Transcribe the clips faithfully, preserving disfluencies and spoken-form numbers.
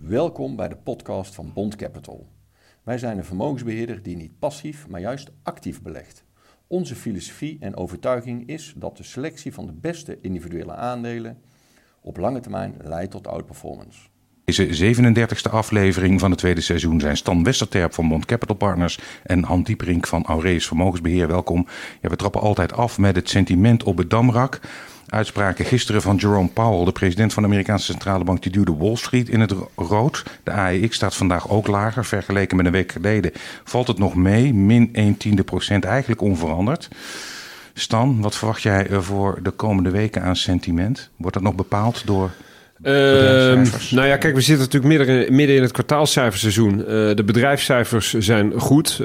Welkom bij de podcast van Bond Capital. Wij zijn een vermogensbeheerder die niet passief, maar juist actief belegt. Onze filosofie en overtuiging is dat de selectie van de beste individuele aandelen op lange termijn leidt tot outperformance. Deze zevenendertigste aflevering van het tweede seizoen zijn Stan Westerterp van Bond Capital Partners en Han Dieperink van Aureus Vermogensbeheer. Welkom. Ja, we trappen altijd af met het sentiment op het damrak. Uitspraken gisteren van Jerome Powell, de president van de Amerikaanse centrale bank, die duwde Wall Street in het rood. De A E X staat vandaag ook lager. Vergeleken met een week geleden valt het nog mee. Min een tiende procent, eigenlijk onveranderd. Stan, wat verwacht jij voor de komende weken aan sentiment? Wordt dat nog bepaald door... Uh, nou ja, kijk, we zitten natuurlijk midden, midden in het kwartaalcijferseizoen. Uh, de bedrijfscijfers zijn goed,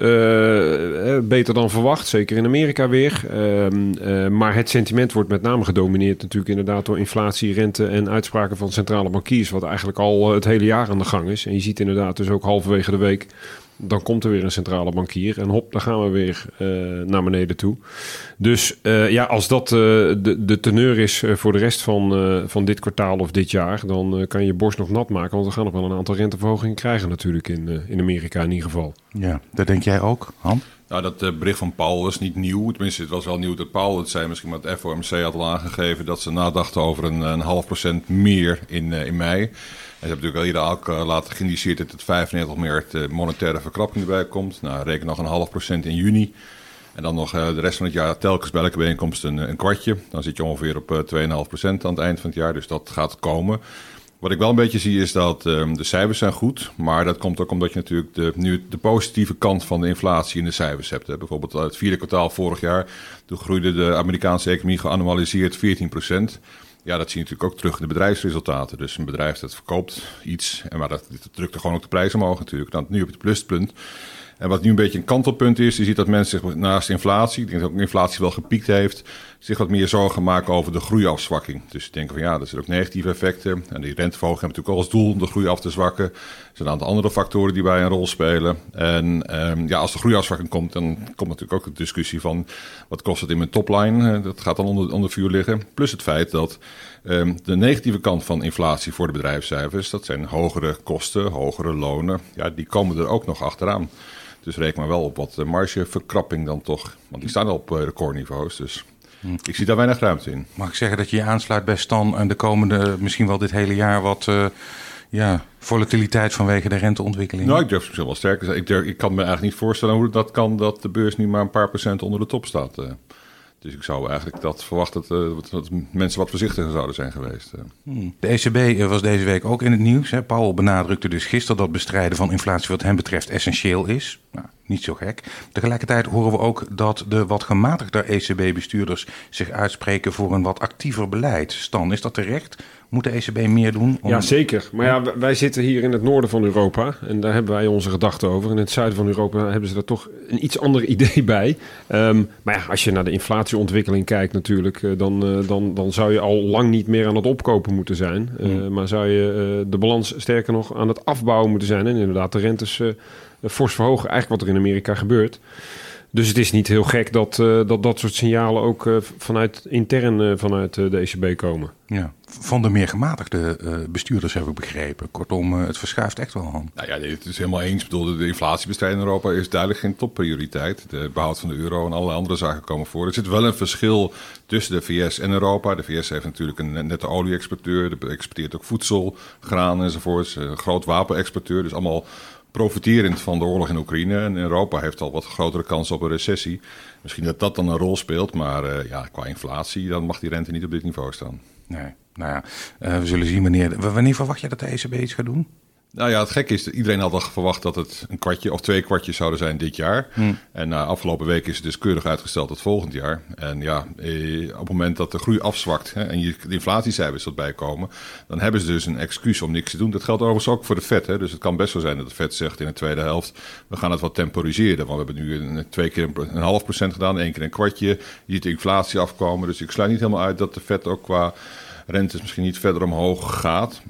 uh, beter dan verwacht, zeker in Amerika weer. Uh, uh, maar het sentiment wordt met name gedomineerd natuurlijk inderdaad door inflatie, rente en uitspraken van centrale bankiers, wat eigenlijk al het hele jaar aan de gang is. En je ziet inderdaad dus ook halverwege de week, dan komt er weer een centrale bankier en hop, dan gaan we weer uh, naar beneden toe. Dus uh, ja, als dat uh, de, de teneur is uh, voor de rest van, uh, van dit kwartaal of dit jaar, dan uh, kan je je borst nog nat maken. Want we gaan nog wel een aantal renteverhogingen krijgen natuurlijk in, uh, in Amerika in ieder geval. Ja, dat denk jij ook, Han? Nou, dat uh, bericht van Powell is niet nieuw. Tenminste, het was wel nieuw dat Powell het zei. Misschien, maar het F O M C had al aangegeven dat ze nadachten over een, een half procent meer in, uh, in mei. En ze hebben natuurlijk al eerder ook uh, laten geïndiceerd dat het vijfennegentig miljard uh, monetaire verkrapping erbij komt. Nou, reken nog een half procent in juni. En dan nog uh, de rest van het jaar telkens bij elke bijeenkomst een, een kwartje. Dan zit je ongeveer op uh, twee komma vijf procent aan het eind van het jaar. Dus dat gaat komen. Wat ik wel een beetje zie is dat uh, de cijfers zijn goed. Maar dat komt ook omdat je natuurlijk de, nu de positieve kant van de inflatie in de cijfers hebt. Hè. Bijvoorbeeld het vierde kwartaal vorig jaar. Toen groeide de Amerikaanse economie geannualiseerd veertien procent. Ja, dat zie je natuurlijk ook terug in de bedrijfsresultaten. Dus een bedrijf dat verkoopt iets, en maar dat, dat drukt er gewoon ook de prijs omhoog natuurlijk. Dan nu op het pluspunt. En wat nu een beetje een kantelpunt is, je ziet dat mensen zich naast inflatie, ik denk dat ook inflatie wel gepiekt heeft, zich wat meer zorgen maken over de groeiafzwakking. Dus je denkt van ja, er zijn ook negatieve effecten. En die renteverhoging hebben natuurlijk al als doel om de groei af te zwakken. Er zijn een aantal andere factoren die bij een rol spelen. En um, ja, als de groeiafzwakking komt, dan komt natuurlijk ook de discussie van wat kost het in mijn topline. Dat gaat dan onder, onder vuur liggen. Plus het feit dat um, de negatieve kant van inflatie voor de bedrijfscijfers, dat zijn hogere kosten, hogere lonen. Ja, die komen er ook nog achteraan. Dus reken maar wel op wat margeverkrapping dan toch. Want die staan al op recordniveaus, dus ik zie daar weinig ruimte in. Mag ik zeggen dat je je aansluit bij Stan en de komende, misschien wel dit hele jaar, wat uh, ja, volatiliteit vanwege de renteontwikkeling? Nou, ik durf misschien wel sterker te zeggen. Ik, durf, ik kan me eigenlijk niet voorstellen hoe dat kan dat de beurs nu maar een paar procent onder de top staat. Uh. Dus ik zou eigenlijk dat verwachten dat, uh, dat mensen wat voorzichtiger zouden zijn geweest. Uh. Hmm. De E C B was deze week ook in het nieuws. Hè. Powell benadrukte dus gisteren dat bestrijden van inflatie wat hem betreft essentieel is. Nou, niet zo gek. Tegelijkertijd horen we ook dat de wat gematigder E C B-bestuurders zich uitspreken voor een wat actiever beleid. Stan, is dat terecht? Moet de E C B meer doen? Om... Ja, zeker. Maar ja, wij zitten hier in het noorden van Europa en daar hebben wij onze gedachten over. In het zuiden van Europa hebben ze daar toch een iets ander idee bij. Um, maar ja, als je naar de inflatieontwikkeling kijkt natuurlijk, dan, uh, dan, dan zou je al lang niet meer aan het opkopen moeten zijn. Uh, hmm. Maar zou je uh, de balans sterker nog aan het afbouwen moeten zijn. En inderdaad de rentes uh, fors verhogen, eigenlijk wat er in Amerika gebeurt. Dus het is niet heel gek dat uh, dat, dat soort signalen ook uh, vanuit intern uh, vanuit uh, de E C B komen. Ja, van de meer gematigde uh, bestuurders heb ik begrepen. Kortom, uh, het verschuift echt wel aan. Nou ja, het is helemaal eens. Ik bedoel, de inflatiebestrijding in Europa is duidelijk geen topprioriteit. De behoud van de euro en allerlei andere zaken komen voor. Er zit wel een verschil tussen de V S en Europa. De V S heeft natuurlijk een nette olie-exporteur. De exporteert ook voedsel, graan enzovoorts. Een groot wapenexporteur, dus allemaal profiterend van de oorlog in Oekraïne. En Europa heeft al wat grotere kans op een recessie. Misschien dat dat dan een rol speelt, maar uh, ja, qua inflatie dan mag die rente niet op dit niveau staan. Nee, nou ja, uh, we zullen zien wanneer. Wanneer verwacht je dat de E C B iets gaat doen? Nou ja, het gekke is, iedereen had al verwacht dat het een kwartje of twee kwartjes zouden zijn dit jaar. Hmm. En uh, afgelopen week is het dus keurig uitgesteld tot volgend jaar. En ja, eh, op het moment dat de groei afzwakt hè, en je, de inflatiecijfers erbij komen, dan hebben ze dus een excuus om niks te doen. Dat geldt overigens ook voor de Fed. Hè. Dus het kan best wel zijn dat de Fed zegt in de tweede helft, we gaan het wat temporiseren. Want we hebben nu een, twee keer een, een half procent gedaan, één keer een kwartje. Je ziet de inflatie afkomen. Dus ik sluit niet helemaal uit dat de Fed ook qua rentes misschien niet verder omhoog gaat.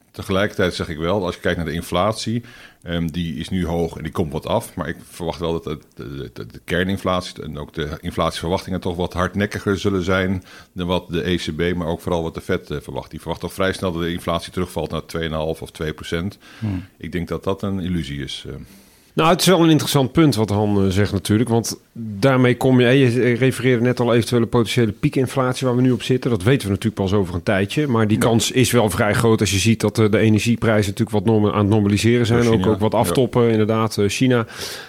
tegelijkertijd zeg ik wel, als je kijkt naar de inflatie, um, die is nu hoog en die komt wat af. Maar ik verwacht wel dat de, de, de, de kerninflatie en ook de inflatieverwachtingen toch wat hardnekkiger zullen zijn dan wat de E C B, maar ook vooral wat de Fed uh, verwacht. Die verwacht toch vrij snel dat de inflatie terugvalt naar twee komma vijf of twee procent. Hmm. Ik denk dat dat een illusie is. Uh. Nou, het is wel een interessant punt wat Han uh, zegt natuurlijk. Want daarmee kom je... Je refereerde net al eventuele potentiële piekinflatie waar we nu op zitten. Dat weten we natuurlijk pas over een tijdje. Maar die kans is wel vrij groot als je ziet dat uh, de energieprijzen natuurlijk wat norm- aan het normaliseren zijn. China, ook, ook wat aftoppen, ja. inderdaad, uh, China.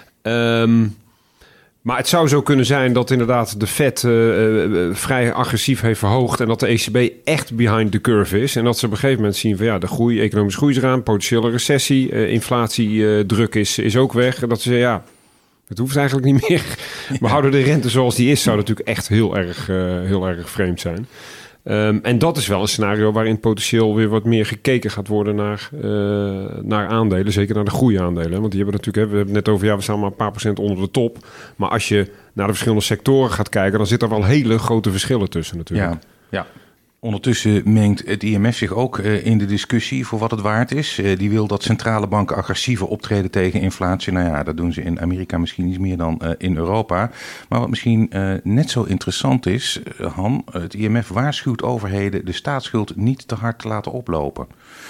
Um, maar het zou zo kunnen zijn dat inderdaad de Fed uh, uh, vrij agressief heeft verhoogd en dat de E C B echt behind the curve is. En dat ze op een gegeven moment zien van ja, de groei, economische groei is eraan, potentiële recessie, uh, inflatiedruk uh, is, is ook weg. En dat ze zeggen ja, het hoeft eigenlijk niet meer. Ja. We houden de rente zoals die is, zou natuurlijk echt heel erg, uh, heel erg vreemd zijn. Um, en dat is wel een scenario waarin potentieel weer wat meer gekeken gaat worden naar, uh, naar aandelen. Zeker naar de groeiaandelen. Want die hebben natuurlijk, hè, we hebben het net over, ja, we staan maar een paar procent onder de top. Maar als je naar de verschillende sectoren gaat kijken, dan zitten er wel hele grote verschillen tussen natuurlijk. Ja, ja. Ondertussen mengt het I M F zich ook uh, in de discussie voor wat het waard is. Uh, die wil dat centrale banken agressiever optreden tegen inflatie. Nou ja, dat doen ze in Amerika misschien iets meer dan uh, in Europa. Maar wat misschien uh, net zo interessant is, uh, Han, het I M F waarschuwt overheden de staatsschuld niet te hard te laten oplopen.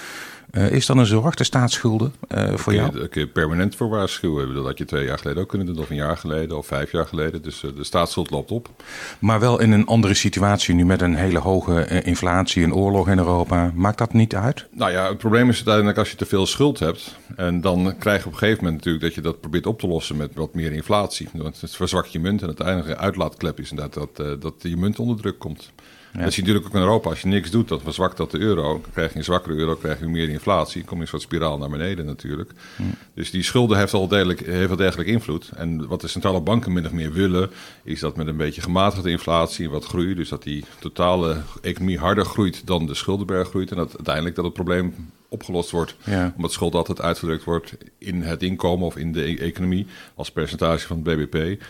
Uh, is dan een zorg, de staatsschulden, uh, voor jou? Daar kun je permanent voor waarschuwen. Dat had je twee jaar geleden ook kunnen doen, of een jaar geleden, of vijf jaar geleden. Dus uh, de staatsschuld loopt op. Maar wel in een andere situatie nu met een hele hoge uh, inflatie, een oorlog in Europa. Maakt dat niet uit? Nou ja, het probleem is uiteindelijk als je te veel schuld hebt. En dan krijg je op een gegeven moment natuurlijk dat je dat probeert op te lossen met wat meer inflatie. Want het verzwakt je munt en het uiteindelijke uitlaatklep is inderdaad dat, uh, dat je munt onder druk komt. Ja. Dat zie je natuurlijk ook in Europa. Als je niks doet, dan verzwakt dat de euro. Dan krijg je een zwakkere euro, krijg je meer inflatie. Dan kom je een soort spiraal naar beneden natuurlijk. Hm. Dus die schulden heeft al degelijk, heeft wel degelijk invloed. En wat de centrale banken min of meer willen, is dat met een beetje gematigde inflatie en wat groei, dus dat die totale economie harder groeit dan de schuldenberg groeit. En dat uiteindelijk dat het probleem opgelost wordt. Ja. Omdat schuld altijd uitgedrukt wordt in het inkomen of in de e- economie als percentage van het B B P.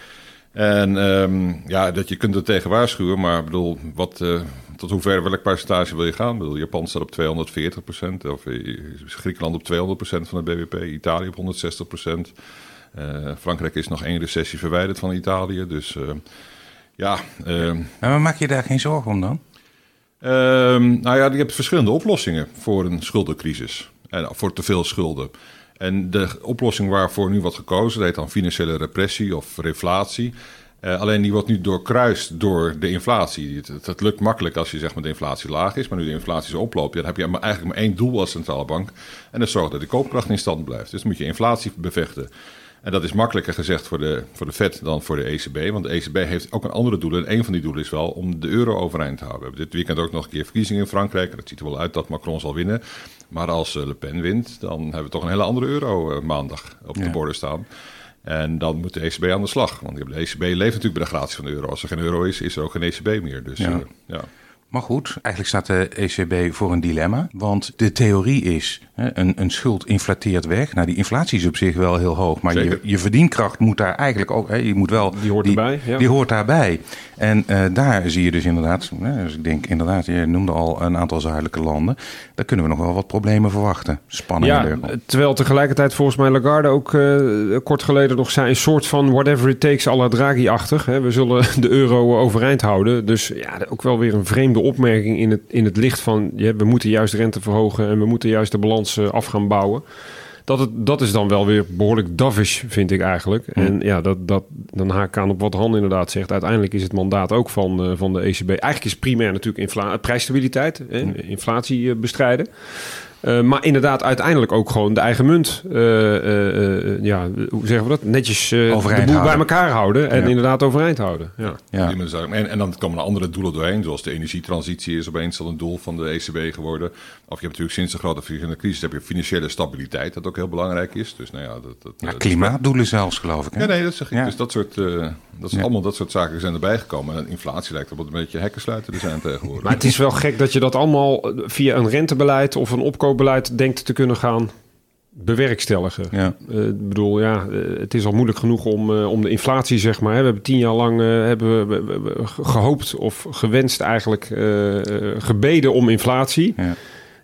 En um, ja, dat je kunt er tegen waarschuwen, maar ik bedoel, wat, uh, tot hoever, welk percentage wil je gaan? Ik bedoel, Japan staat op tweehonderdveertig procent, of uh, Griekenland op tweehonderd procent van het B B P, Italië op honderdzestig procent. Uh, Frankrijk is nog één recessie verwijderd van Italië, dus uh, ja. Uh, maar maak je daar geen zorgen om dan? Uh, nou ja, je hebt verschillende oplossingen voor een schuldencrisis en voor te veel schulden. En de oplossing waarvoor nu wordt gekozen, dat heet dan financiële repressie of reflatie. Uh, alleen die wordt nu doorkruist door de inflatie. Het, het, het lukt makkelijk als je zeg maar de inflatie laag is, maar nu de inflatie zo oploopt, ja, dan heb je eigenlijk maar één doel als centrale bank. En dat zorgt dat de koopkracht in stand blijft. Dus dan moet je inflatie bevechten. En dat is makkelijker gezegd voor de, voor de Fed dan voor de E C B. Want de E C B heeft ook een andere doelen. En een van die doelen is wel om de euro overeind te houden. We hebben dit weekend ook nog een keer verkiezingen in Frankrijk. Dat ziet er wel uit dat Macron zal winnen. Maar als Le Pen wint, dan hebben we toch een hele andere euro uh, maandag op ja. de borden staan. En dan moet de E C B aan de slag. Want de E C B leeft natuurlijk bij de gratie van de euro. Als er geen euro is, is er ook geen E C B meer. Dus ja. Uh, ja. Maar goed, eigenlijk staat de E C B voor een dilemma. Want de theorie is, hè, een, een schuld inflateert weg. Nou, die inflatie is op zich wel heel hoog. Maar je, je verdienkracht moet daar eigenlijk ook... Hè, je moet wel, die hoort die, erbij. Ja. Die hoort daarbij. En uh, daar zie je dus inderdaad... Hè, dus ik denk inderdaad, je noemde al een aantal zuidelijke landen. Daar kunnen we nog wel wat problemen verwachten. Spanningen. Ja, terwijl tegelijkertijd volgens mij Lagarde ook uh, kort geleden nog zei... een soort van whatever it takes à la Draghi-achtig. Hè. We zullen de euro overeind houden. Dus ja, ook wel weer een vreemde opmerking in het, in het licht van... Ja, we moeten juist de rente verhogen en we moeten juist de balans uh, af gaan bouwen. Dat, het, dat is dan wel weer behoorlijk dovish, vind ik eigenlijk. Mm. En ja, dat, dat, dan haak ik aan op wat Han inderdaad zegt. Uiteindelijk is het mandaat ook van, uh, van de E C B... Eigenlijk is primair natuurlijk infla- prijsstabiliteit, hè, mm. inflatie uh, bestrijden. Uh, maar inderdaad uiteindelijk ook gewoon de eigen munt, uh, uh, uh, ja, hoe zeggen we dat? Netjes uh, de boel houden. Bij elkaar houden en ja. inderdaad overeind houden. Ja. Ja. En, en dan komen er andere doelen doorheen, zoals de energietransitie is opeens al een doel van de E C B geworden. Of je hebt natuurlijk sinds de grote financiële crisis heb je financiële stabiliteit, dat ook heel belangrijk is. Dus nou ja, dat, dat, ja, klimaatdoelen zelfs, geloof ik. Hè? Ja, nee, dat zeg ik. Ja. Dus dat soort, uh, dat is ja. allemaal dat soort zaken zijn erbij gekomen. En inflatie lijkt op een beetje hekkensluiten te zijn tegenwoordig. Maar het is wel gek dat je dat allemaal via een rentebeleid of een opkoopbeleid denkt te kunnen gaan bewerkstelligen. Ja. Uh, ik bedoel, ja, uh, het is al moeilijk genoeg om, uh, om de inflatie, zeg maar. Hè. We hebben tien jaar lang uh, hebben we, we, we gehoopt of gewenst eigenlijk uh, uh, gebeden om inflatie. Ja.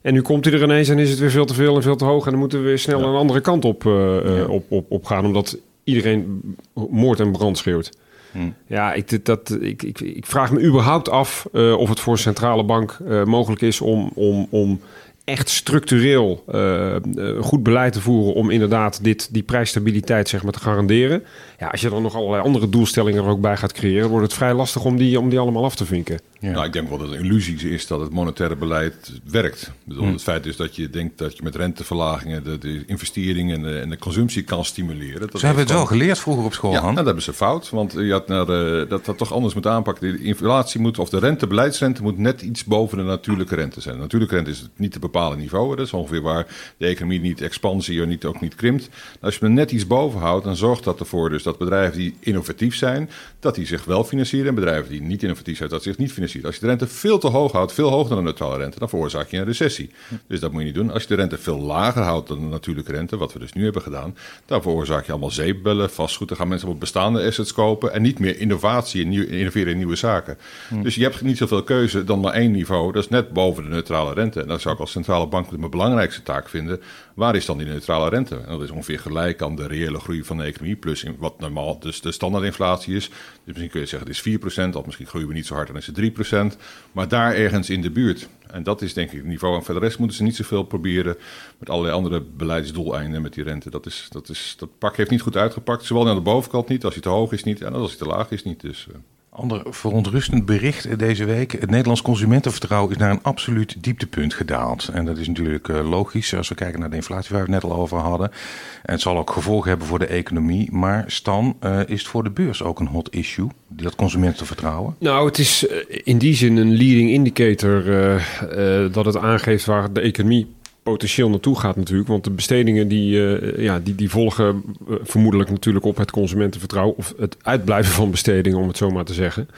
En nu komt hij er ineens en is het weer veel te veel en veel te hoog. En dan moeten we weer snel ja. een andere kant op, uh, ja. op, op, op gaan. Omdat iedereen moord en brand schreeuwt. Hmm. Ja, ik, dat, ik, ik, ik vraag me überhaupt af uh, of het voor een centrale bank uh, mogelijk is om... om, om echt structureel uh, uh, goed beleid te voeren om inderdaad dit, die prijsstabiliteit zeg maar, te garanderen. Ja, als je dan nog allerlei andere doelstellingen er ook bij gaat creëren, wordt het vrij lastig om die, om die allemaal af te vinken. Ja. Nou, ik denk wel dat het een illusie is dat het monetaire beleid werkt. Dus hmm. Het feit is dat je denkt dat je met renteverlagingen de, de investeringen en de, en de consumptie kan stimuleren. Dat ze hebben het wel geleerd vroeger op school, Ja, Han. nou, dat hebben ze fout. Want je had naar de, dat dat toch anders moet aanpakken. De inflatie moet, of de rente, beleidsrente moet net iets boven de natuurlijke rente zijn. De natuurlijke rente is niet te bepalen niveau. Dat is ongeveer waar de economie niet expansie of niet, ook niet krimpt. Als je hem net iets boven houdt, dan zorgt dat ervoor dus dat bedrijven die innovatief zijn, dat die zich wel financieren. En bedrijven die niet innovatief zijn, dat zich niet financieren. Als je de rente veel te hoog houdt, veel hoger dan de neutrale rente, dan veroorzaak je een recessie. Dus dat moet je niet doen. Als je de rente veel lager houdt dan de natuurlijke rente, wat we dus nu hebben gedaan, dan veroorzaak je allemaal zeepbellen, vastgoed. Dan gaan mensen op bestaande assets kopen en niet meer innovatie en nieuw, innoveren in nieuwe zaken. Hmm. Dus je hebt niet zoveel keuze dan maar één niveau. Dat is net boven de neutrale rente. En dat zou ik als centrale bank mijn belangrijkste taak vinden. Waar is dan die neutrale rente? En dat is ongeveer gelijk aan de reële groei van de economie, plus in wat normaal dus de standaardinflatie is. Dus misschien kun je zeggen, het is vier procent, of misschien groeien we niet zo hard, dan is het drie procent. Maar daar ergens in de buurt. En dat is denk ik het niveau. En voor de rest moeten ze niet zoveel proberen met allerlei andere beleidsdoeleinden met die rente. Dat, is, dat, is, dat pak heeft niet goed uitgepakt. Zowel aan de bovenkant niet, als hij te hoog is niet, en als hij te laag is niet. Dus... Uh. Ander verontrustend bericht deze week. Het Nederlands consumentenvertrouwen is naar een absoluut dieptepunt gedaald. En dat is natuurlijk uh, logisch als we kijken naar de inflatie waar we het net al over hadden. En het zal ook gevolgen hebben voor de economie. Maar Stan, uh, is het voor de beurs ook een hot issue, dat consumentenvertrouwen? Nou, het is uh, in die zin een leading indicator uh, uh, dat het aangeeft waar de economie potentieel naartoe gaat natuurlijk. Want de bestedingen die, uh, ja, die, die volgen uh, vermoedelijk natuurlijk op het consumentenvertrouwen. Of het uitblijven van bestedingen, om het zo maar te zeggen.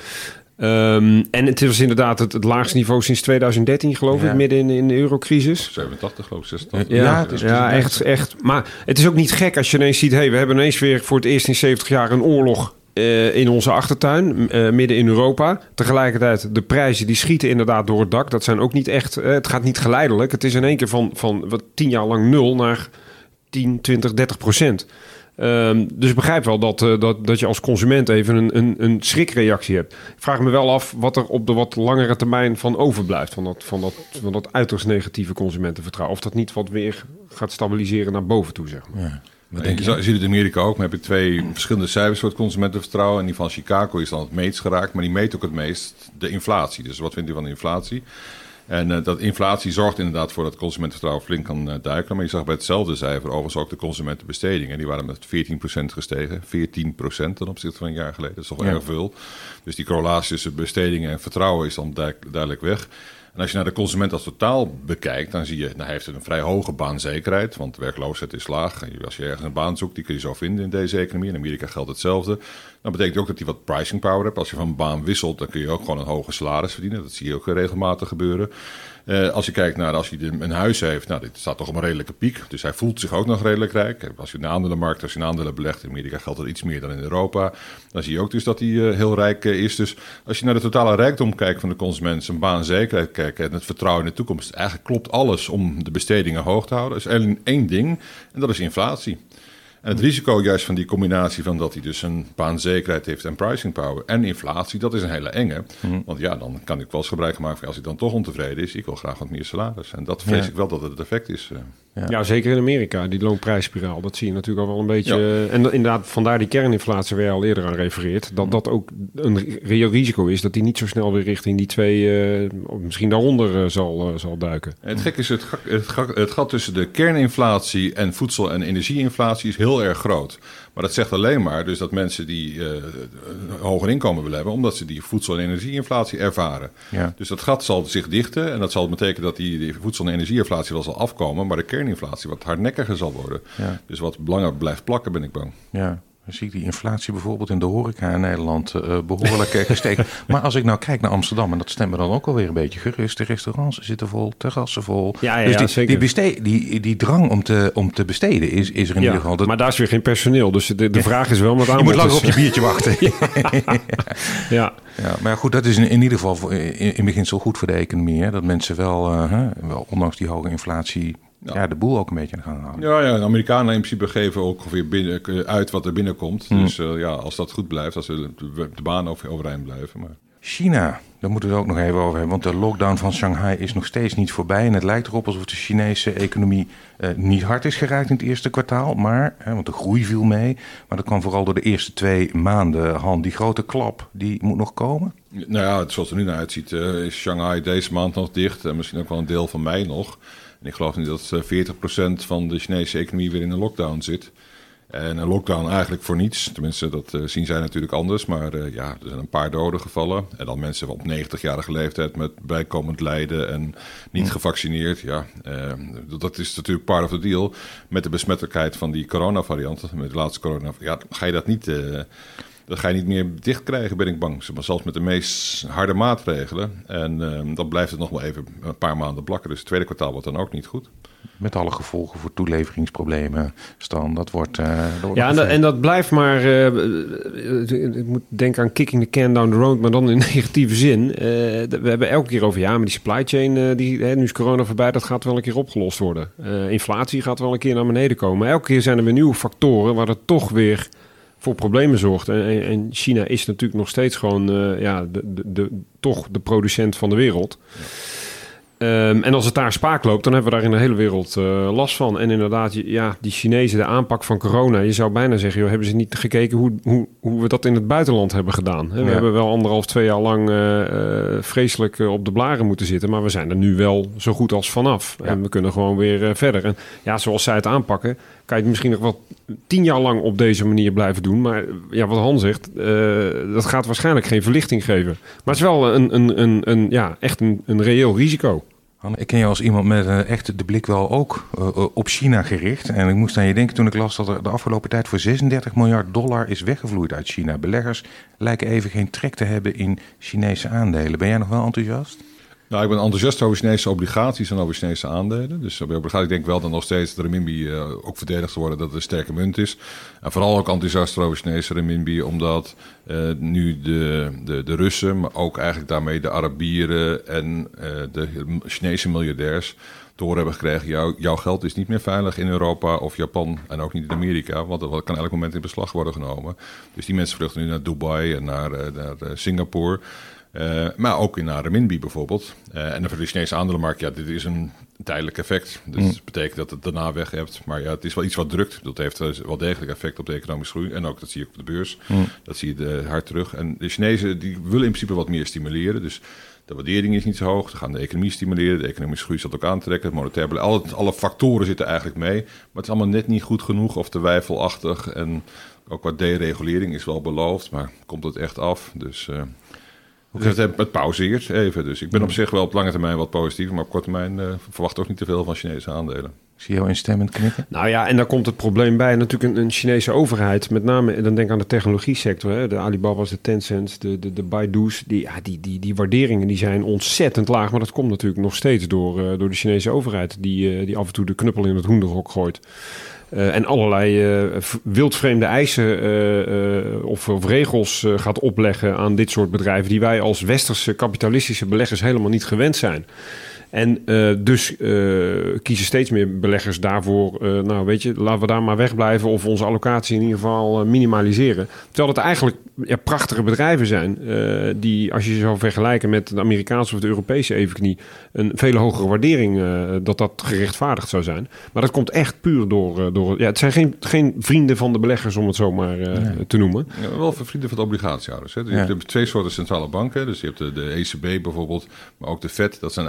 Um, en het was inderdaad het, het laagste niveau sinds twintig dertien, geloof ja. ik, midden in, in de eurocrisis. zevenentachtig, geloof ik, zesentachtig. Ja, ja, het is, ja echt, echt. Maar het is ook niet gek als je ineens ziet, hey, we hebben ineens weer voor het eerst in zeventig jaar een oorlog Uh, in onze achtertuin, uh, midden in Europa. Tegelijkertijd, de prijzen die schieten inderdaad door het dak. Dat zijn ook niet echt... Uh, het gaat niet geleidelijk. Het is in één keer van, van wat, tien jaar lang nul naar tien, twintig, dertig procent. Um, dus ik begrijp wel dat, uh, dat, dat je als consument even een, een, een schrikreactie hebt. Ik vraag me wel af wat er op de wat langere termijn van overblijft. Van dat, van dat, van dat uiterst negatieve consumentenvertrouwen. Of dat niet wat weer gaat stabiliseren naar boven toe, zeg maar. Ja. Maar denk je, je ziet het in Amerika ook, maar heb ik twee verschillende cijfers voor het consumentenvertrouwen. En die van Chicago is dan het meest geraakt, maar die meet ook het meest de inflatie. Dus wat vindt u van de inflatie? En uh, dat inflatie zorgt inderdaad voor dat consumentenvertrouwen flink kan uh, duiken. Maar je zag bij hetzelfde cijfer overigens ook de consumentenbestedingen. Die waren met veertien procent gestegen. veertien procent ten opzichte van een jaar geleden. Dat is toch ja. erg veel. Dus die correlatie tussen bestedingen en vertrouwen is dan duidelijk weg. En als je naar de consument als totaal bekijkt, dan zie je, nou, hij heeft een vrij hoge baanzekerheid, want de werkloosheid is laag. Als je ergens een baan zoekt, die kun je zo vinden in deze economie. In Amerika geldt hetzelfde. Dan betekent ook dat hij wat pricing power hebt. Als je van baan wisselt, dan kun je ook gewoon een hoge salaris verdienen. Dat zie je ook regelmatig gebeuren. Uh, als je kijkt naar als hij een huis heeft, nou, dit staat toch op een redelijke piek. Dus hij voelt zich ook nog redelijk rijk. Als je in de aandelenmarkt, als je in aandelen belegt, in Amerika geldt dat iets meer dan in Europa. Dan zie je ook dus dat hij uh, heel rijk uh, is. Dus als je naar de totale rijkdom kijkt van de consument, zijn baanzekerheid kijkt en het vertrouwen in de toekomst, eigenlijk klopt alles om de bestedingen hoog te houden. Er is alleen één ding en dat is inflatie. En het risico juist van die combinatie van dat hij dus een baanzekerheid heeft en pricing power en inflatie, dat is een hele enge. Mm. Want ja, dan kan ik wel eens gebruik maken van als hij dan toch ontevreden is, ik wil graag wat meer salaris. En dat vrees ja. ik wel dat het het effect is. Ja. ja, zeker in Amerika, die loonprijsspiraal, dat zie je natuurlijk al wel een beetje. Ja. En inderdaad, vandaar die kerninflatie waar je al eerder aan refereert, dat dat ook een reëel risico is, dat die niet zo snel weer richting die twee, uh, misschien daaronder uh, zal, uh, zal duiken. En het gek is, het gat, het, gat, het gat tussen de kerninflatie en voedsel- en energieinflatie is heel erg groot. Maar dat zegt alleen maar dus dat mensen die uh, een hoger inkomen willen hebben, omdat ze die voedsel- en energieinflatie ervaren. Ja. Dus dat gat zal zich dichten en dat zal betekenen dat die, die voedsel- en energieinflatie wel zal afkomen, maar de kerninflatie wat hardnekkiger zal worden. Ja. Dus wat langer blijft plakken, ben ik bang. Ja. Dan zie ik die inflatie bijvoorbeeld in de horeca in Nederland uh, behoorlijk uh, gestegen. Maar als ik nou kijk naar Amsterdam, en dat stemt me dan ook alweer een beetje gerust. De restaurants zitten vol, terrassen vol. Ja, ja, dus die, ja, zeker. Die, besteed, die, die drang om te, om te besteden is, is er in ja, ieder geval. Dat... Maar daar is weer geen personeel. Dus de, de ja. vraag is wel wat aan. Je moet langer op je biertje wachten. ja. ja. Ja, maar goed, dat is in, in ieder geval in, in beginsel goed voor de economie. Hè? Dat mensen wel, uh, hè, wel, ondanks die hoge inflatie, ja. Ja, de boel ook een beetje aan de gang houden. Ja, ja, de Amerikanen in principe geven ook ongeveer binnen, uit wat er binnenkomt. Hmm. Dus uh, ja, als dat goed blijft, als de, de banen overeind blijven. Maar... China, daar moeten we het ook nog even over hebben. Want de lockdown van Shanghai is nog steeds niet voorbij. En het lijkt erop alsof de Chinese economie uh, niet hard is geraakt in het eerste kwartaal. Maar, hè, want de groei viel mee. Maar dat kwam vooral door de eerste twee maanden. Han, die grote klap, die moet nog komen? Nou ja, zoals het er nu naar uitziet, uh, is Shanghai deze maand nog dicht. En misschien ook wel een deel van mei nog. En ik geloof niet dat veertig procent van de Chinese economie weer in een lockdown zit. En een lockdown eigenlijk voor niets. Tenminste, dat uh, zien zij natuurlijk anders. Maar uh, ja, er zijn een paar doden gevallen. En dan mensen op negentigjarige leeftijd met bijkomend lijden en niet gevaccineerd. Ja, uh, dat is natuurlijk part of the deal. Met de besmettelijkheid van die coronavariant, met de laatste corona, ja, ga je dat niet... Uh, Dan ga je niet meer dicht krijgen, ben ik bang. Maar zelfs met de meest harde maatregelen. En uh, dan blijft het nog wel even een paar maanden plakken. Dus het tweede kwartaal wordt dan ook niet goed. Met alle gevolgen voor toeleveringsproblemen, Stan. Dat wordt... Uh, dat wordt ja, en dat, en dat blijft maar... Uh, ik moet denken aan kicking the can down the road, maar dan in negatieve zin. Uh, we hebben elke keer over, ja, maar die supply chain, uh, die, hè, nu is corona voorbij, dat gaat wel een keer opgelost worden. Uh, inflatie gaat wel een keer naar beneden komen. Maar elke keer zijn er weer nieuwe factoren waar het toch weer... voor problemen zorgt. En, en China is natuurlijk nog steeds gewoon uh, ja, de, de, de, toch de producent van de wereld. Ja. Um, en als het daar spaak loopt, dan hebben we daar in de hele wereld uh, last van. En inderdaad, ja, die Chinezen, de aanpak van corona... je zou bijna zeggen, joh, hebben ze niet gekeken hoe, hoe, hoe we dat in het buitenland hebben gedaan. We ja. hebben wel anderhalf, twee jaar lang uh, uh, vreselijk uh, op de blaren moeten zitten... maar we zijn er nu wel zo goed als vanaf. Ja. En we kunnen gewoon weer uh, verder. En ja, zoals zij het aanpakken... kan je het misschien nog wel tien jaar lang op deze manier blijven doen. Maar ja, wat Han zegt, uh, dat gaat waarschijnlijk geen verlichting geven. Maar het is wel een, een, een, een, ja, echt een, een reëel risico. Han, ik ken je als iemand met uh, echt de blik wel ook uh, op China gericht. En ik moest aan je denken toen ik las dat er de afgelopen tijd voor zesendertig miljard dollar is weggevloeid uit China. Beleggers lijken even geen trek te hebben in Chinese aandelen. Ben jij nog wel enthousiast? Nou, ik ben enthousiast over Chinese obligaties en over Chinese aandelen. Dus bij obligaties denk ik wel dat nog steeds de renminbi uh, ook verdedigd wordt, dat het een sterke munt is. En vooral ook enthousiast over Chinese renminbi, omdat uh, nu de, de, de Russen, maar ook eigenlijk daarmee de Arabieren en uh, de Chinese miljardairs te horen hebben gekregen, jou, jouw geld is niet meer veilig in Europa of Japan en ook niet in Amerika, want dat kan elk moment in beslag worden genomen. Dus die mensen vluchten nu naar Dubai en naar, uh, naar uh, Singapore. Uh, maar ook in naar renminbi bijvoorbeeld. Uh, en voor de Chinese aandelenmarkt, ja, dit is een tijdelijk effect. Dus dat mm. betekent dat het daarna weg hebt. Maar ja, het is wel iets wat drukt. Dat heeft uh, wel degelijk effect op de economische groei. En ook, dat zie je op de beurs. Mm. Dat zie je uh, hard terug. En de Chinezen, die willen in principe wat meer stimuleren. Dus de waardering is niet zo hoog. Ze gaan de economie stimuleren. De economische groei zal ook aantrekken. Het monetair beleid. Alle, alle factoren zitten eigenlijk mee. Maar het is allemaal net niet goed genoeg of te weifelachtig. En ook wat deregulering is wel beloofd. Maar komt het echt af? Dus... Uh, Dus het, het pauzeert even. Dus ik ben op zich wel op lange termijn wat positief. Maar op korte termijn uh, verwacht ook niet te veel van Chinese aandelen. Ik zie jou instemmend knikken. Nou ja, en daar komt het probleem bij. Natuurlijk een, een Chinese overheid. Met name, dan denk ik aan de technologie sector. Hè, de Alibaba's, de Tencents, de, de, de Baidu's. Die, ja, die, die, die waarderingen die zijn ontzettend laag. Maar dat komt natuurlijk nog steeds door, uh, door de Chinese overheid. Die, uh, die af en toe de knuppel in het hoenderhok gooit. Uh, en allerlei uh, wildvreemde eisen uh, uh, of, of regels uh, gaat opleggen aan dit soort bedrijven... die wij als westerse kapitalistische beleggers helemaal niet gewend zijn. En uh, dus uh, kiezen steeds meer beleggers daarvoor... Uh, nou weet je, laten we daar maar wegblijven... of onze allocatie in ieder geval uh, minimaliseren. Terwijl het eigenlijk ja, prachtige bedrijven zijn... Uh, die, als je ze zou vergelijken met de Amerikaanse of de Europese evenknie... een veel hogere waardering, uh, dat dat gerechtvaardigd zou zijn. Maar dat komt echt puur door... Uh, door ja, het zijn geen, geen vrienden van de beleggers, om het zo maar uh, nee. te noemen. Ja, wel vrienden van de obligatiehouders. Hè. Dus ja. Je hebt twee soorten centrale banken. Dus je hebt de, de E C B bijvoorbeeld, maar ook de Fed. Dat zijn eigenlijk de vrienden